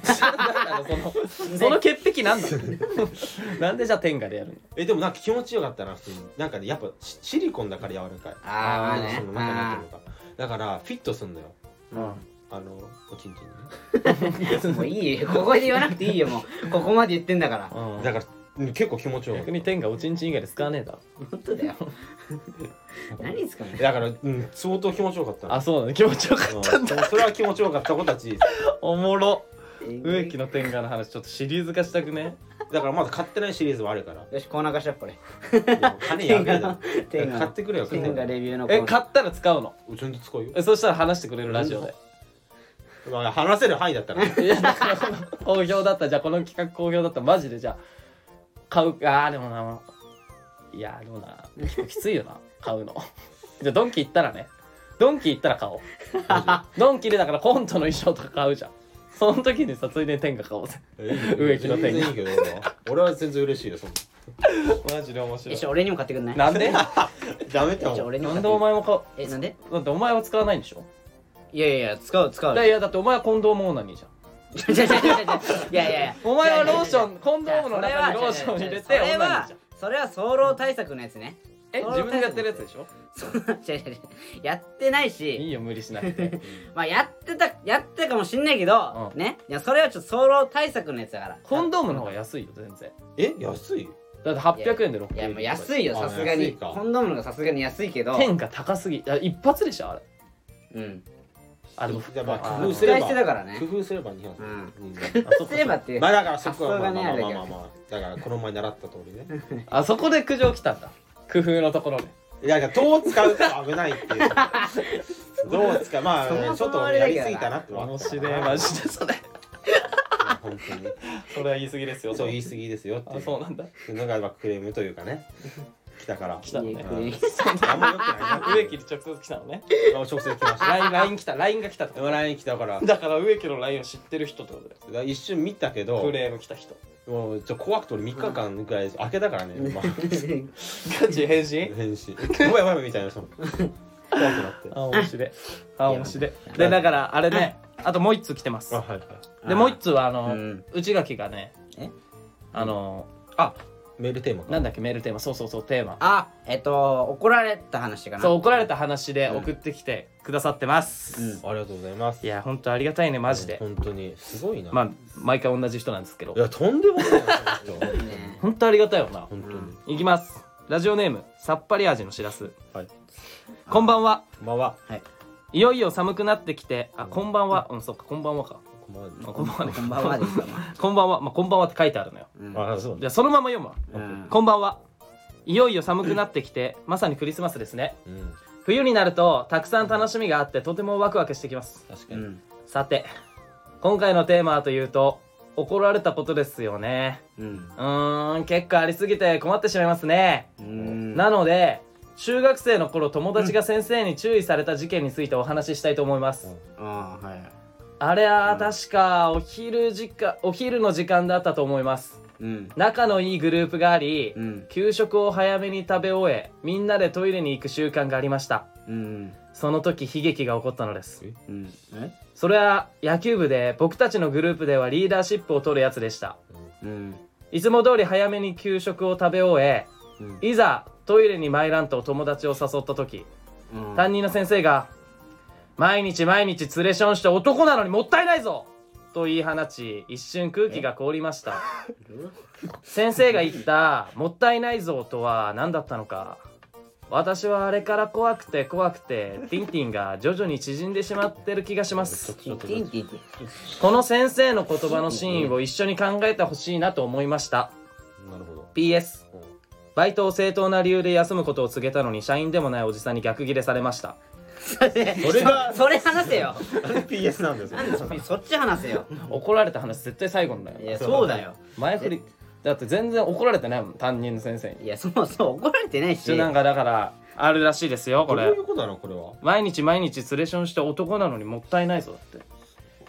その潔癖なんだなんでじゃあ天下でやるのでもなんか気持ちよかったな普通になんかねやっぱシリコンだから柔らかいその中になってるのがだからフィットすんだよおちんちんもういいよここで言わなくていいよもうここまで言ってんだからだから結構気持ちよかった逆に天下おちんちん以外で使わねえだろ本当だよ何ですかねだから相当気持ちよかったそうだね気持ちよかったんだそれは気持ちよかった子たちおもろ植木の天下の話ちょっとシリーズ化したくねだからまだ買ってないシリーズはあるからよしコーナー化しようこれ金やべえだ買ってくれよ天下レビューの買ったら使うのちゃんと使うよそしたら話してくれるラジオで話せる範囲だったらいやだから好評だったじゃあこの企画好評だったらマジでじゃあ買うでもないやでもな結構きついよな買うのじゃあドンキ行ったらねドンキ行ったら買おうドンキでだからコントの衣装とか買うじゃんその時にさついでに天下買おうぜ植木の天下いいけど俺は全然嬉しいよそんマジで面白い俺にも買ってくんないなんでダメって俺にもなんでお前も買うなんでだってお前は使わないんでしょいや使ういやだってお前はコンドームオーナニーじゃんいやお前はローションコンドームの中にローション入れてオーナニーじゃんそれは早漏対策のやつね自分でやってるやつでしょやってないしいいよ無理しなくてまあやってたかもしんないけどねいやそれはちょっと早漏対策のやつだからコンドームの方が安いよ全然安いだって800円で6 いやもう安いよさすがにコンドームの方がさすがに安いけど天下高すぎ一発でしょあれでも工夫すればだからね工夫すれば200 工夫すればってまあだからそこはまあだからこの前習った通りねそこで苦情来たんだ工夫のところでいやどう使うか危ないっていうどう使うまあちょっとやりすぎたなって面白いマジでそれ本当にそれは言い過ぎですよそう言い過ぎですよってそうなんだのがクレームというかね来たから来たのねあんま良くないな植木に直接来たのね直接来ました LINE 来た LINE が来た LINE 来たからだから植木の LINE を知ってる人ってことだよ一瞬見たけどクレーム来た人もう怖くて俺3日間ぐらい開けたからねガチ返信やばいみたいな怖くなって面白い面白いでだからあれねあともう1通来てますでもう1通は内垣がねメールテーマなんだっけメールテーマそうテーマ怒られた話かなそう怒られた話で送ってきてくださってますありがとうございますいやほんとありがたいねマジで本当にすごいなまあ毎回同じ人なんですけどいやとんでもないほんとありがたいよな本当にいきますラジオネームさっぱり味のしらすはいこんばんはこんばんはいよいよ寒くなってきて、こんばんは。そっか、こんばんはか。 こんばんは。 こんばんはですか。 こんばんは。こんばんはって書いてあるのよ。 そう。 じゃあそのまま読むわ。こんばんは。いよいよ寒くなってきて、まさにクリスマスですね。冬になるとたくさん楽しみがあってとてもワクワクしてきます。 確かに。 さて、今回のテーマはというと、怒られたことですよね。結構ありすぎて困ってしまいますね。なので中学生の頃、友達が先生に注意された事件についてお話ししたいと思います。あれは確かお昼の時間だったと思います。仲のいいグループがあり、給食を早めに食べ終え、みんなでトイレに行く習慣がありました。その時悲劇が起こったのです。それは野球部で、僕たちのグループではリーダーシップを取るやつでした。いつも通り早めに給食を食べ終え、いざトイレに参らんと友達を誘った時、担任の先生が毎日連れションして男なのにもったいないぞと言い放ち、一瞬空気が凍りました。先生が言ったもったいないぞとは何だったのか、私はあれから怖くてティンティンが徐々に縮んでしまってる気がします。この先生の言葉の真意を一緒に考えてほしいなと思いました。 なるほど。 PS、バイトを正当な理由で休むことを告げたのに社員でもないおじさんに逆ギレされました。 それ話せよ。 PS なんですよ。 そっち話せよ。 怒られた話絶対最後なんだよ。 いや、そうだよ。 前振りだって全然怒られてないもん、担任の先生に。 いや、そう怒られてないし。 なんかだからあるらしいですよ、これ。 どういうことなのこれは。 毎日連れションして男なのにもったいないぞだって。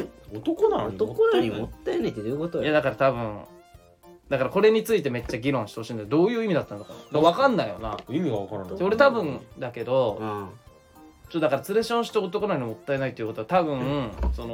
男なのにもったいないってどういうことよ。 いやだから多分これについてめっちゃ議論してほしいんだけど、どういう意味だったのかな分かんないよな。 意味が分からない。 俺多分だけど、だから連れションして男なのにもったいないっていうことは多分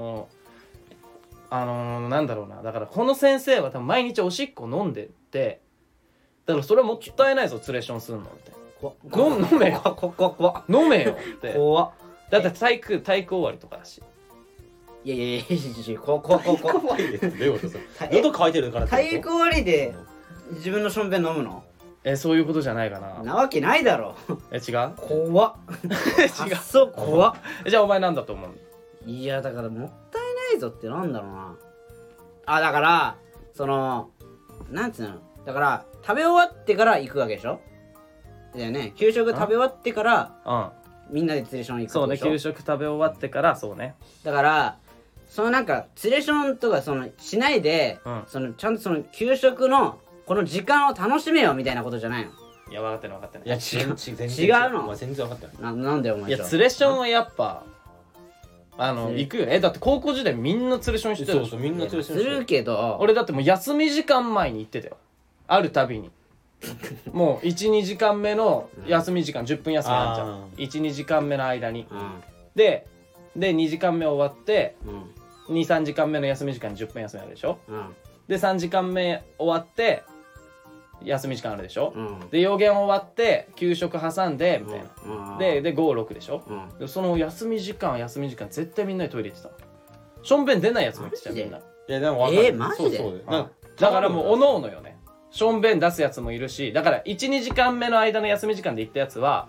なんだろうな、だからこの先生は多分毎日おしっこ飲んでて、だからそれはもったいないぞ連れションするのみたいな。飲めよ飲めよって。 怖っ。 だって体育終わりとかだし。 いや怖っ。 喉乾いてるから。 体育終わりで自分のションベン飲むの？ そういうことじゃないかな。 なわけないだろ。 違う？ 怖っ。 違う。 そう怖っ。 じゃあお前なんだと思う？ いやだからもったいないぞってなんだろうな。だからなんつうの、だから食べ終わってから行くわけでしょ。だよね。給食食べ終わってからみんなでツレション行くわけでしょ。 そうね、給食食べ終わってからそうね。 だからなんかツレションとかしないで、ちゃんと給食のこの時間を楽しめよみたいなことじゃないの？ いや分かってない。 いや違うの。全然分かってない。 なんだよお前。 いやツレションはやっぱ行くよね。だって高校時代みんなツレションしてるでしょ。 そうみんなツレションするけど、 俺だってもう休み時間前に行ってたよ、あるたびに。もう 1,2 時間目の休み時間、10分休みあんじゃん、1,2 時間目の間に、で2時間目終わって、2,3 時間目の休み時間に10分休みあるでしょ、で3時間目終わって休み時間あるでしょ、で予言終わって給食挟んでみたいな、で 5,6 でしょ、でその休み時間絶対みんなでトイレ行ってた。しょんべん出ないやつも言ってたよみんな。 いやでも分かる。 マジで？ だからもうおのおのよね。しょんべん出すやつもいるし、だから 1,2 時間目の間の休み時間で行ったやつは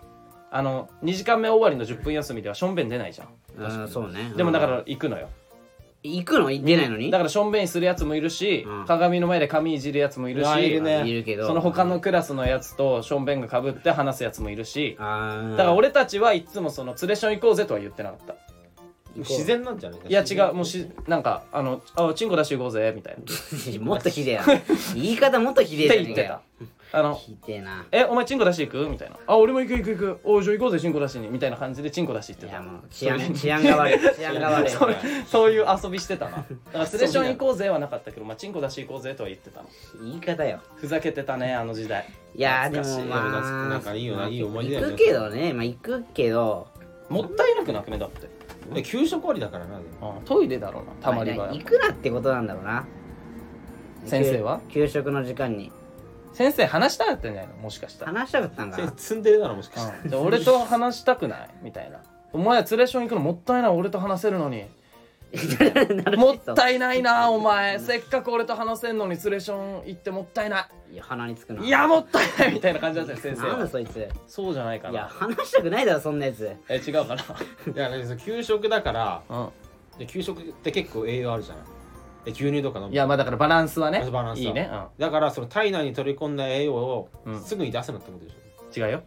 2時間目終わりの10分休みではしょんべん出ないじゃん。 そうね。 でもだから行くのよ。 行くの？出ないのに？ だからしょんべんするやつもいるし、鏡の前で髪いじるやつもいるし、 いるけど、 その他のクラスのやつとしょんべんがかぶって話すやつもいるし、だから俺たちはいつもツレション行こうぜとは言ってなかった。 自然なんじゃない？ いや違う、もうなんかチンコ出していこうぜみたいな。 もっとひでえな。言い方もっとひでえじゃねえかよ。ひでえな。 お前チンコ出し行くみたいな。俺も行く。じゃあ行こうぜチンコ出しにみたいな感じでチンコ出し行ってた。 いやもう治安が悪い。 そういう遊びしてたな。だからツレション行こうぜはなかったけど、チンコ出し行こうぜとは言ってたの。 言い方よ。 ふざけてたねあの時代。 いやでもなんかいいよな、いい思い出だよね。 行くけどね、行くけどもったいなくなくねだって。 給食終わりだからな。 トイレだろうな、たまり場。 行くなってことなんだろうな。 先生は給食の時間に先生話したかったんじゃないの？もしかしたら話したかったんかな。 積んでるだろもしかしたら。 俺と話したくないみたいな。お前はツレション行くのもったいない、俺と話せるのにもったいないなお前、せっかく俺と話せんのにツレション行ってもったいない。 いや鼻につくな。 いやもったいないみたいな感じだったよ先生は。 なんだそいつ。 そうじゃないかな。 いや話したくないだろそんなやつ。 違うかな。 いやなんか給食だから、 うん、 で給食って結構栄養あるじゃない。で牛乳とか飲む。 いやまあだからバランスはね、 バランスはいいね、 だからその体内に取り込んだ栄養をすぐに出せなってことでしょ。 違うよ。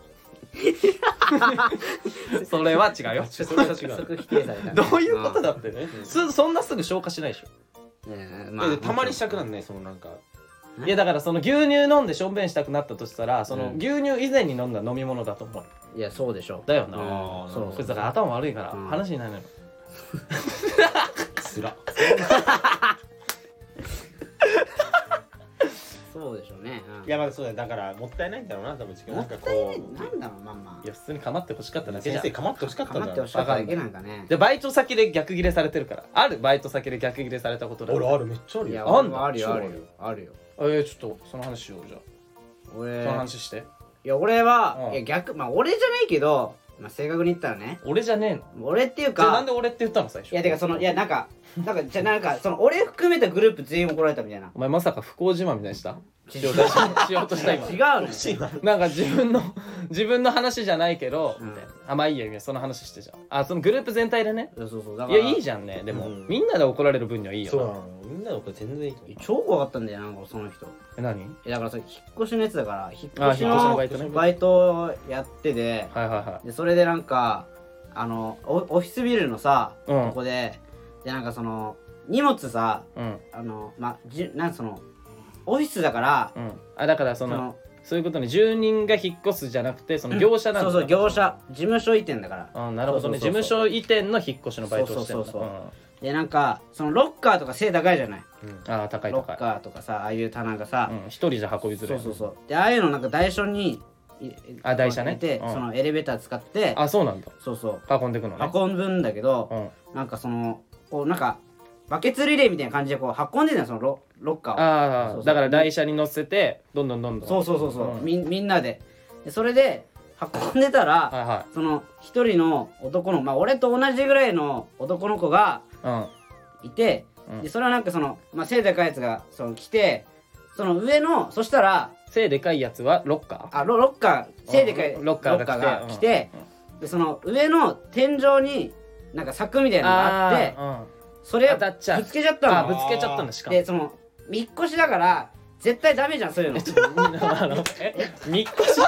それは違うよ。 それは違う。 即否定された。 どういうことだってね。そんなすぐ消化しないでしょ。 たまりしたくなんね、そのなんか。 いやだからその牛乳飲んでしょんべんしたくなったとしたら、その牛乳以前に飲んだ飲み物だと思う。 いやそうでしょ。 だよな。 そうこいつだから頭悪いから話にならないの。 つら。 そうでしょうね。 いやまあそうだからもったいないんだろうな多分なんかこうなんだろうまんま。 いや普通に構ってほしかっただけじゃん。 先生構ってほしかったんだ構ってほしかっただけなんかね。 でバイト先で逆ギレされてるから。あるバイト先で逆ギレされたことだ。 俺あるめっちゃあるよ。 あんの？ あるよあるよあるよ。 ちょっとその話しようじゃあ。 俺その話して。 いや俺はいや逆まあ俺じゃないけど、まあ正確に言ったらね。 俺じゃねえの。 俺っていうか。 じゃあなんで俺って言ったの最初。 いやてかそのいやなんかじゃなんかその俺含めたグループ全員怒られたみたいな。 お前まさか不幸自慢みたいにした？しようとした今。 違うの。 なんか自分の話じゃないけど、みたいな。あまあいいやその話してじゃん。あそのグループ全体でね。 そうだから。 いやいいじゃんね。でもみんなで怒られる分にはいいよ。 そうなの。みんなで怒られ全然いいと思う。 超怖かったんだよなんかその人。 何？ だからそれ引っ越しのやつだから引っ越し引っ越しののバイトね。 バイトをやってて、でそれでなんかオフィスビルのさここでなんかその荷物さなんそのオフィスだから、 だからそういうことね。住人が引っ越すじゃなくてその業者なんだ。 そう業者事務所移転だから。 なるほどね。事務所移転の引っ越しのバイトをしてるんだ。 でなんかそのロッカーとか背高いじゃない。 高いロッカーとかさああいう棚がさ一人じゃ運びづらい。 そうでああいうのなんか台車に台車ね。 でそのエレベーター使ってそうなんだ。 そう運んでくのね。 運ぶんだけどなんかそのこうなんかバケツリレーみたいな感じでこう運んでるのそのロッカーを。 だから台車に乗せてどんどんそうみんなでそれで運んでたらその一人の男の俺と同じぐらいの男の子がいて、でそれはなんかその背でかいやつが来てその上のそしたら背でかいやつはロッカーロッカー背でかいロッカーが来て、でその上の天井になんか柵みたいなのがあって、それをぶつけちゃったの。 ぶつけちゃったんだ。しかもでその引っ越しだから絶対ダメじゃんそういうの。 引っ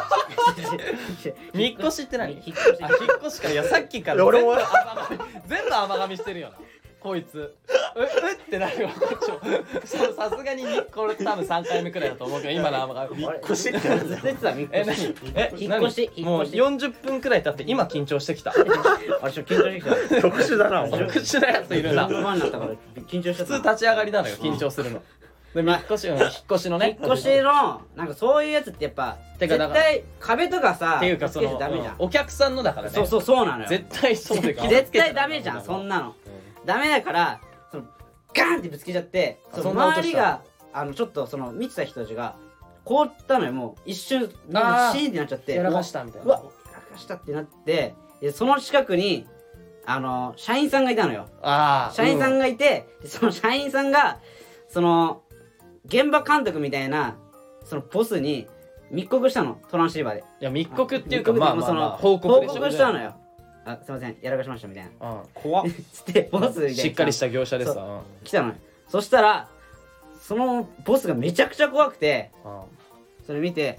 越しって何？引っ越しか。いやさっきから全部甘噛みしてるよなこいつ。ってなるよこっちも。さすがにこれ多分3回目くらいだと思うけど今の甘噛み。引っ越しってずっと言ってた。引っ越しもう40分くらい経って今緊張してきた。 あれ緊張してきた。 特殊だな。 特殊なやついるな。 緊張しちゃった。 普通立ち上がりなのよ緊張するの。引っ越しのね。 引っ越しのなんかそういうやつってやっぱ絶対壁とかさっていうかそのお客さんのだからね。 そうなのよ。 絶対そうで絶対ダメじゃんそんなの。ダメだからそのガーンってぶつけちゃってその周りがちょっとその見てた人たちが凍ったのよ。もう一瞬シーンってなっちゃってやらかしたみたいな。 うわやらかしたってなってその近くに社員さんがいたのよ。社員さんがいてその社員さんがその現場監督みたいなそのボスに密告したのトランシーバーで。 いや密告っていうか報告したのよ。すいませんやらかしましたみたいな。 怖っつってボスみたいなしっかりした業者でさ来たのよ。そしたらそのボスがめちゃくちゃ怖くてそれ見て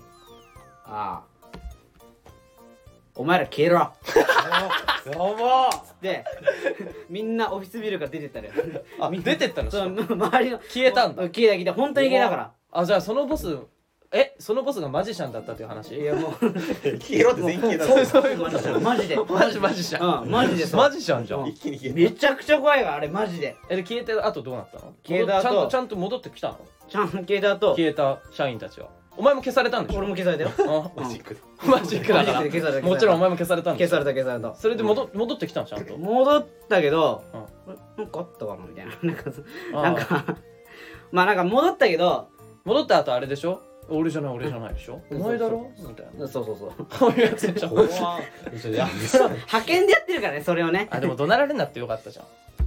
お前ら消えろやばっつってみんなオフィスビルから出てったのよ。 出てったの？ 周りの消えたんだ。 消えた本当に消えたから。 じゃあそのボスがマジシャンだったっていう話？ いやもう消えろって全員消えた。 そういうことマジでマジシャン。 マジでマジシャンじゃん。 一気に消えた。 めちゃくちゃ怖いわあれマジで。 で消えた後どうなったの？ 消えた後ちゃんと戻ってきたの？ ちゃんと消えた後消えた社員たちは。お前も消されたんでしょ？ 俺も消されたよ。 マジックだからもちろんお前も消されたんでしょ？ 消された。 それで戻ってきたのちゃんと？ 戻ったけどなんかあったかなみたいな。なんかなんか戻ったけど戻った後あれでしょ？俺じゃないでしょ？お前だろ？みたいな。 そうこういうやつでしょ？ 怖っ。 派遣でやってるからねそれをね。 でも怒鳴られなくてよかったじゃん。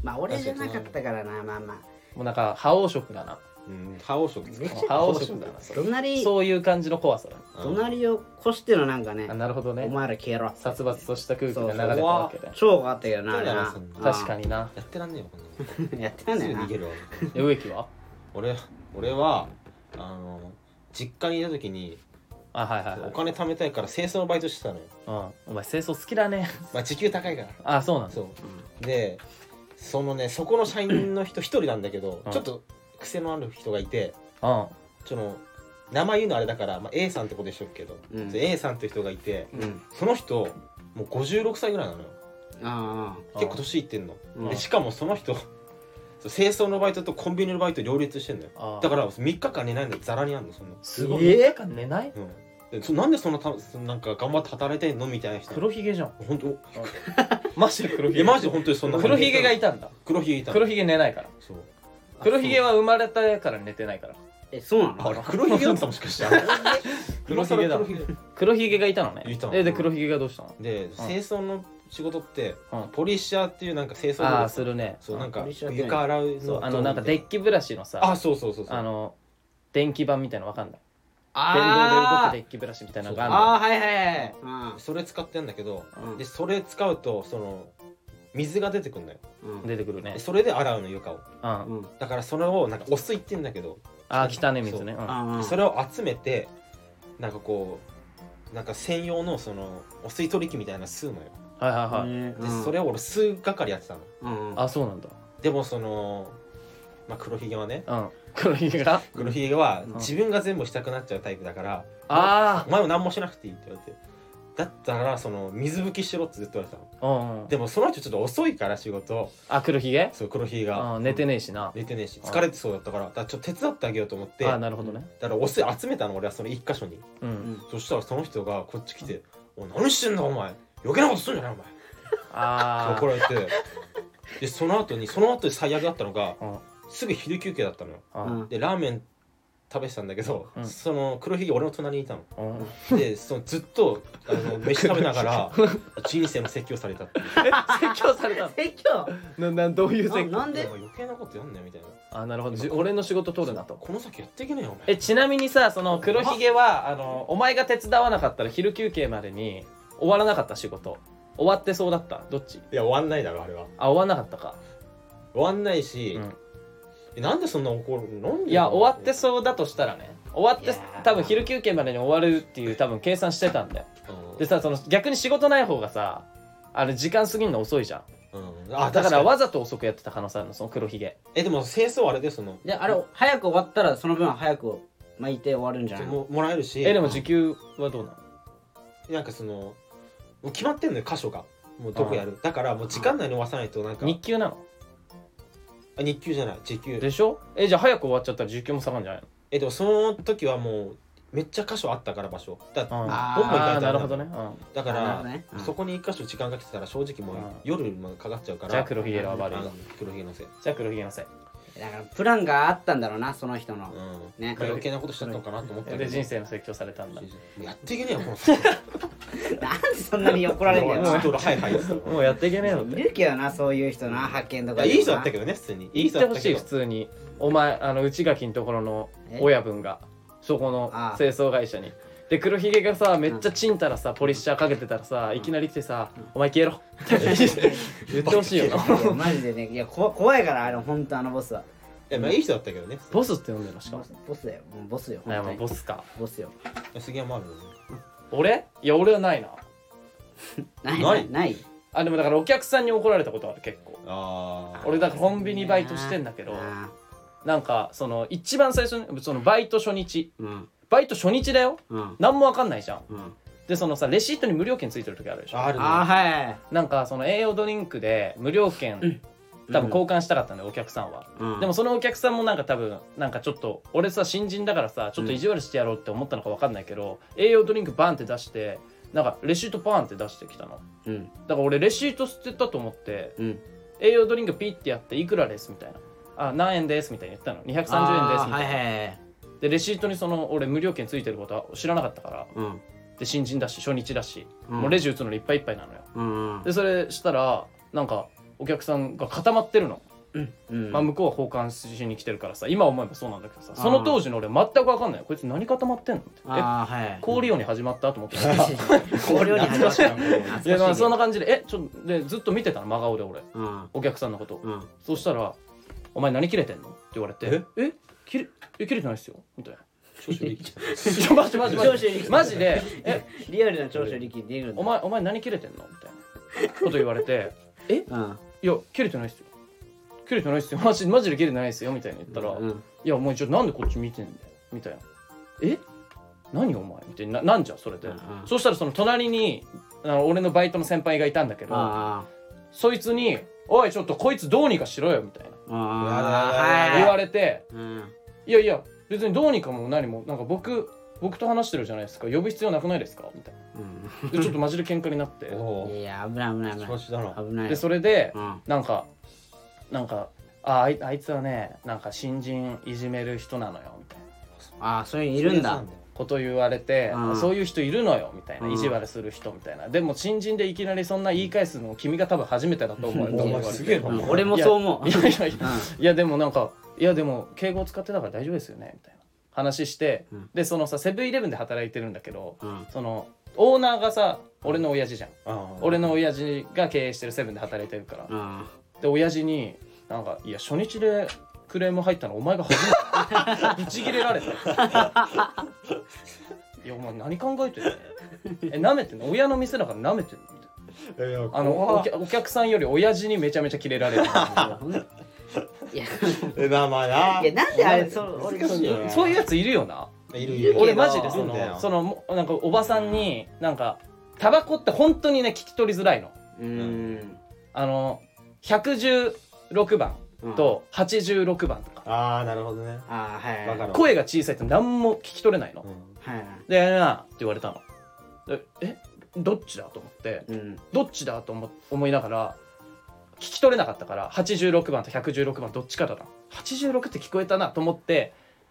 まあ俺じゃなかったからな。まあまあもうなんか覇王色だな。 覇王色ですか。 覇王色だな。そういう感じの怖さだ。 隣を越してのなんかね。 なるほどね。 お前ら消えろ。 殺伐とした空気が流れたわけで。 超があったけどなあれな。 確かにな。 やってらんねえよこんなの。 やってらんねえな。 逃げるわ。 植木は？ 俺は実家にいた時にお金貯めたいから清掃のバイトしてたのよ。 お前清掃好きだね。 まあ時給高いから。 そうなんだ。 でそこの社員の人一人なんだけど、ちょっと癖のある人がいて、名前言うのあれだから、A さんってことでしょうけど、A さんって人がいて、その人もう56歳ぐらいなのよ。結構年いってんの。でしかもその人清掃のバイトとコンビニのバイト両立してんだよ。だから3日間寝ないのザラにあんの。そんなすごい。3日間寝ない？ なんでそんななんか頑張って働いてんのみたいな人。 黒ひげじゃん。 本当。 マジで黒ひげ。 マジで本当にそんな。 黒ひげがいたんだ。 黒ひげいた。 黒ひげ寝ないから。そう。黒ひげは生まれたから寝てないから。 そうなの？ 黒ひげだったもしかして。 黒ひげだ。黒ひげがいたのね。で黒ひげがどうしたの？ で清掃の仕事ってポリッシャーっていうなんか清掃をするね。 そうなんか床洗うのなんかデッキブラシのさ。 そう電気板みたいなのわかんない。電動で動くデッキブラシみたいなのがあるの。 はいはいはい。それ使ってんだけど、でそれ使うと水が出てくるんだよ。 出てくるね。 それで洗うの床を。だからそれをなんかお水って言うんだけど。 汚ね水ね。 それを集めてなんかこうなんか専用のお水取り機みたいな吸うのよ。 はいはいはい。 でそれを俺吸う係やってたの。 そうなんだ。 でも黒ひげはね。 黒ひげは自分が全部したくなっちゃうタイプだからお前は何もしなくていいって言われて、だったら水拭きしろってずっと言われたの。でもその人ちょっと遅いから仕事。 黒ひげ？ そう黒ひげが寝てねえしな。 疲れてそうだったからちょっと手伝ってあげようと思って。 なるほどね。 だからお水集めたの俺はその一箇所に。そしたらその人がこっち来て「お何してんだお前余計なことすんじゃないお前」怒られて、でその後に最悪だったのがすぐ昼休憩だったのよ。でラーメン食べてたんだけど、その黒ひげ俺の隣にいたの。でずっと飯食べながら人生の説教されたっていう。 説教されたの？ 説教？ どういう説教？ なんで？ 余計なことやんねみたいな。 なるほど。俺の仕事取るなと。 この先やっていけねえよお前。 ちなみにさ、その黒ひげはお前が手伝わなかったら昼休憩までに終わらなかった仕事終わってそうだった？どっち？いや終わんないだろあれは。 終わんなかったか。 終わんないし。なんでそんな怒るの？ いや終わってそうだとしたらね、終わって多分昼休憩までに終わるっていう多分計算してたんだよ。でさ、逆に仕事ない方がさ時間過ぎるの遅いじゃん。だからわざと遅くやってた可能性あるの、その黒ひげ。 でも清掃あれでいやあれ早く終わったらその分は早く巻いて終わるんじゃない？ もらえるし。 でも時給はどうなの？ なんかもう決まってんのよ箇所が。もうどこやる。だからもう時間内に終わさないとなんか。 日給なの？ 日給じゃない時給でしょ。じゃあ早く終わっちゃったら時給も下がるんじゃないの？ でもその時はもうめっちゃ箇所あったから場所だからボンボン行かれたら。 なるほどね。 だからそこに一箇所時間かけてたら正直もう夜もかかっちゃうから。 じゃあ黒ひげは悪いわ。 黒ひげのせい。 じゃあ黒ひげのせい。 だからプランがあったんだろうなその人の。 ね。余計なことしちゃったのかなと思って。 で人生の説教されたんだ。 やっていけねえよこの人。 なんでそんなに怒られるんだよ。 もうやっていけねえよ。 いるけどなそういう人な、派遣とか。 いい人だったけどね普通に。 言ってほしい普通に。お前内垣のところの親分がそこの清掃会社に。で黒ひげがさめっちゃチンたらさポリッシャーかけてたらさいきなり来てさ「お前消えろ」って言ってほしいよな。 マジでね。いや怖いから本当ボスは。 いやまあいい人だったけどね。 ボスって呼んでるのしかも。 ボスだよ。ボスよ。 いやもうボスか。 ボスよ。 杉山あるのね。 俺？いや俺はないな。 ない。 でもだからお客さんに怒られたことある結構。俺だからコンビニバイトしてんだけど、なんか一番最初にバイト初日、バイト初日だよ。何も分かんないじゃん。でさレシートに無料券ついてる時あるでしょ。 はい。 なんか栄養ドリンクで無料券多分交換したかったんだよお客さんは。でもそのお客さんもなんか多分なんかちょっと俺さ新人だからさちょっと意地悪してやろうって思ったのか分かんないけど、栄養ドリンクバンって出してなんかレシートバーンって出してきたの。だから俺レシート捨てたと思って栄養ドリンクピッてやっていくらですみたいな、何円ですみたいに言ったの。230円ですみたいな。でレシートに俺無料券ついてることは知らなかったから、で新人だし初日だし、もうレジ打つのにいっぱいいっぱいなのよ。でそれしたらなんかお客さんが固まってるの。 うんまあ向こうは交換しに来てるからさ、今思えばそうなんだけどさ、その当時の俺全く分かんないよ。こいつ何固まってんのって。氷鬼始まったと思って氷鬼始まった。 いやまあそんな感じでちょっとでずっと見てたの真顔で俺、お客さんのこと。そしたら「お前何切れてんの?」って言われて「切れてないっすよ」みたいな。長州力マジでリアルな長州力出るんだ。 お前何切れてんのみたいなこと言われて「いや切れてないっすよ。切れてないっすよ。マジで切れてないっすよ」みたいに言ったら「いやお前じゃあなんでこっち見てんだよ」みたいな「何お前」みたいな。なんじゃそれで。そしたらその隣に俺のバイトの先輩がいたんだけど、そいつに「おいちょっとこいつどうにかしろよ」みたいな言われて「いやいや別にどうにかも何もなんか僕と話してるじゃないですか。呼ぶ必要なくないですか」みたいな。でちょっとマジで喧嘩になって、 いや危ないでそれでなんかあいつはねなんか新人いじめる人なのよみたいな。 そういうのいるんだこと言われて、そういう人いるのよみたいな、意地悪する人みたいな。でも新人でいきなりそんな言い返すの君が多分初めてだと思うよ。 俺もそう思う。 いやでもなんかでも敬語を使ってたから大丈夫ですよねみたいな話して、でそのさセブンイレブンで働いてるんだけど、そのオーナーがさ俺の親父じゃん。俺の親父が経営してるセブンで働いてるから、で親父になんか「いや初日でクレーム入ったのお前が初めて」ブチギレられた。いやお前何考えてんのなめてんの親の店だからなめてんのお客さんより親父にめちゃめちゃキレられる。 いやまあないやなんであれそういうやついるよな。俺マジでそのなんかおばさんになんかタバコって本当にね聞き取りづらいの。116番と86番とか。 なるほどね。 声が小さいと何も聞き取れないの。で「なあ」って言われたの。どっちだと思って、どっちだと思いながら聞き取れなかったから86番と116番どっちかだな。86って聞こえたなと思って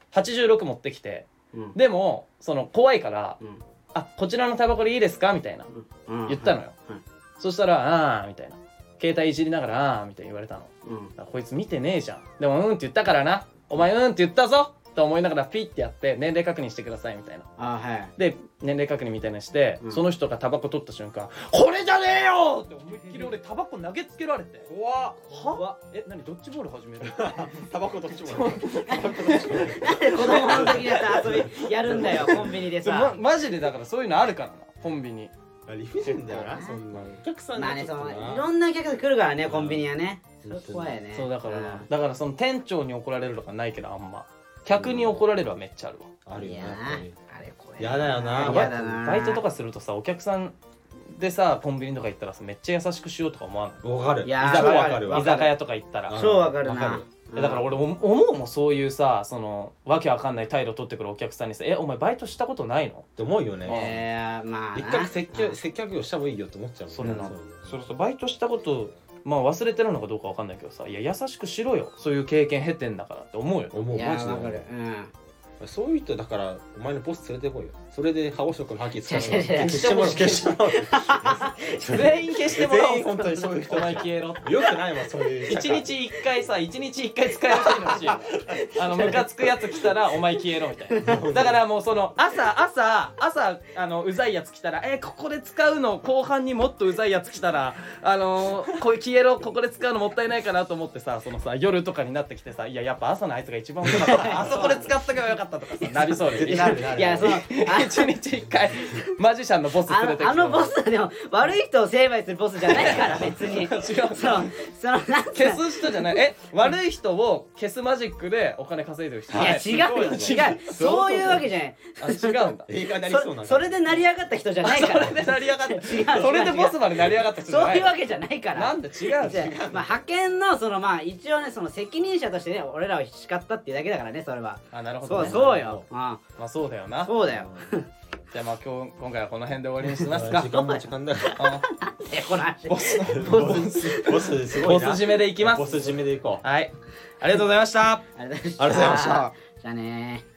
86持ってきて、でもその怖いから「こちらのタバコでいいですか?」みたいな言ったのよ。そしたら「ああ」みたいな。携帯いじりながら「ああ」みたいに言われたの。こいつ見てねえじゃん。でも「うん」って言ったからな。お前「うん」って言ったぞと思いながらピッてやって年齢確認してくださいみたいな。で年齢確認みたいなして、その人がタバコ取った瞬間「これじゃねえよ!」って思いっきり俺タバコ投げつけられて。 怖っ。 は何ドッジボール始めるタバコドッジボール。 なんで子供の時にさ遊びやるんだよコンビニでさ。 マジでだからそういうのあるからなコンビニ。 理不尽だよなそんなお客さん。 まあねそのいろんなお客さん来るからねコンビニはね。それ怖いよね。 そうだからその店長に怒られるとかないけどあんま客に怒られるはめっちゃあるわ。 あるよな。 あれ怖い。 やだよな。 バイトとかするとさお客さんでさコンビニとか行ったらさめっちゃ優しくしようとか思わない？ わかる。 いや居酒屋とか行ったら超わかるな。 だから俺思うもんそういうさそのわけわかんない態度取ってくるお客さんにさ「お前バイトしたことないの?」 って思うよね。 まあ一回接客業した方がいいよって思っちゃうもん。 それバイトしたことまあ忘れてるのかどうかわかんないけどさ、いや優しくしろよそういう経験経てんだからって思うよ。 思う。マジで。そういう人だからお前のボス連れてこいよ。それで覇王色の覇気使うの消してもらう。 全員消してもらおう。 本当にそういう人お前消えろ。 よくないわそういう。 一日一回使える人に欲しい。ムカつくやつ来たらお前消えろみたいな。だからもうその朝うざいやつ来たらここで使うの後半にもっとうざいやつ来たらこれ消えろここで使うのもったいないかなと思ってさそのさ夜とかになってきてさいややっぱ朝のあいつが一番良かったあそこで使っとけばよかったとかさなりそうで。 いやその一日一回マジシャンのボス連れてきてボスはでも悪い人を成敗するボスじゃないから別に。違う消す人じゃない。悪い人を消すマジックでお金稼いでる人。 いや違うそういうわけじゃない。 違うんだ。 映画になりそうな。 それで成り上がった人じゃないから。 それで成り上がった。それでボスまで成り上がった人じゃない。 そういうわけじゃないから。 なんで違う。 派遣のその一応ねその責任者としてね俺らを叱ったっていうだけだからねそれは。 なるほど。 そうよ。 まあそうだよな。 そうだよ。 じゃあ今回はこの辺で終わりにしますか。 時間だよ。 この話。 ボスすごいな。 ボス締めでいきます。 ボス締めでいこう。 はい。ありがとうございました。 ありがとうございました。じゃあね。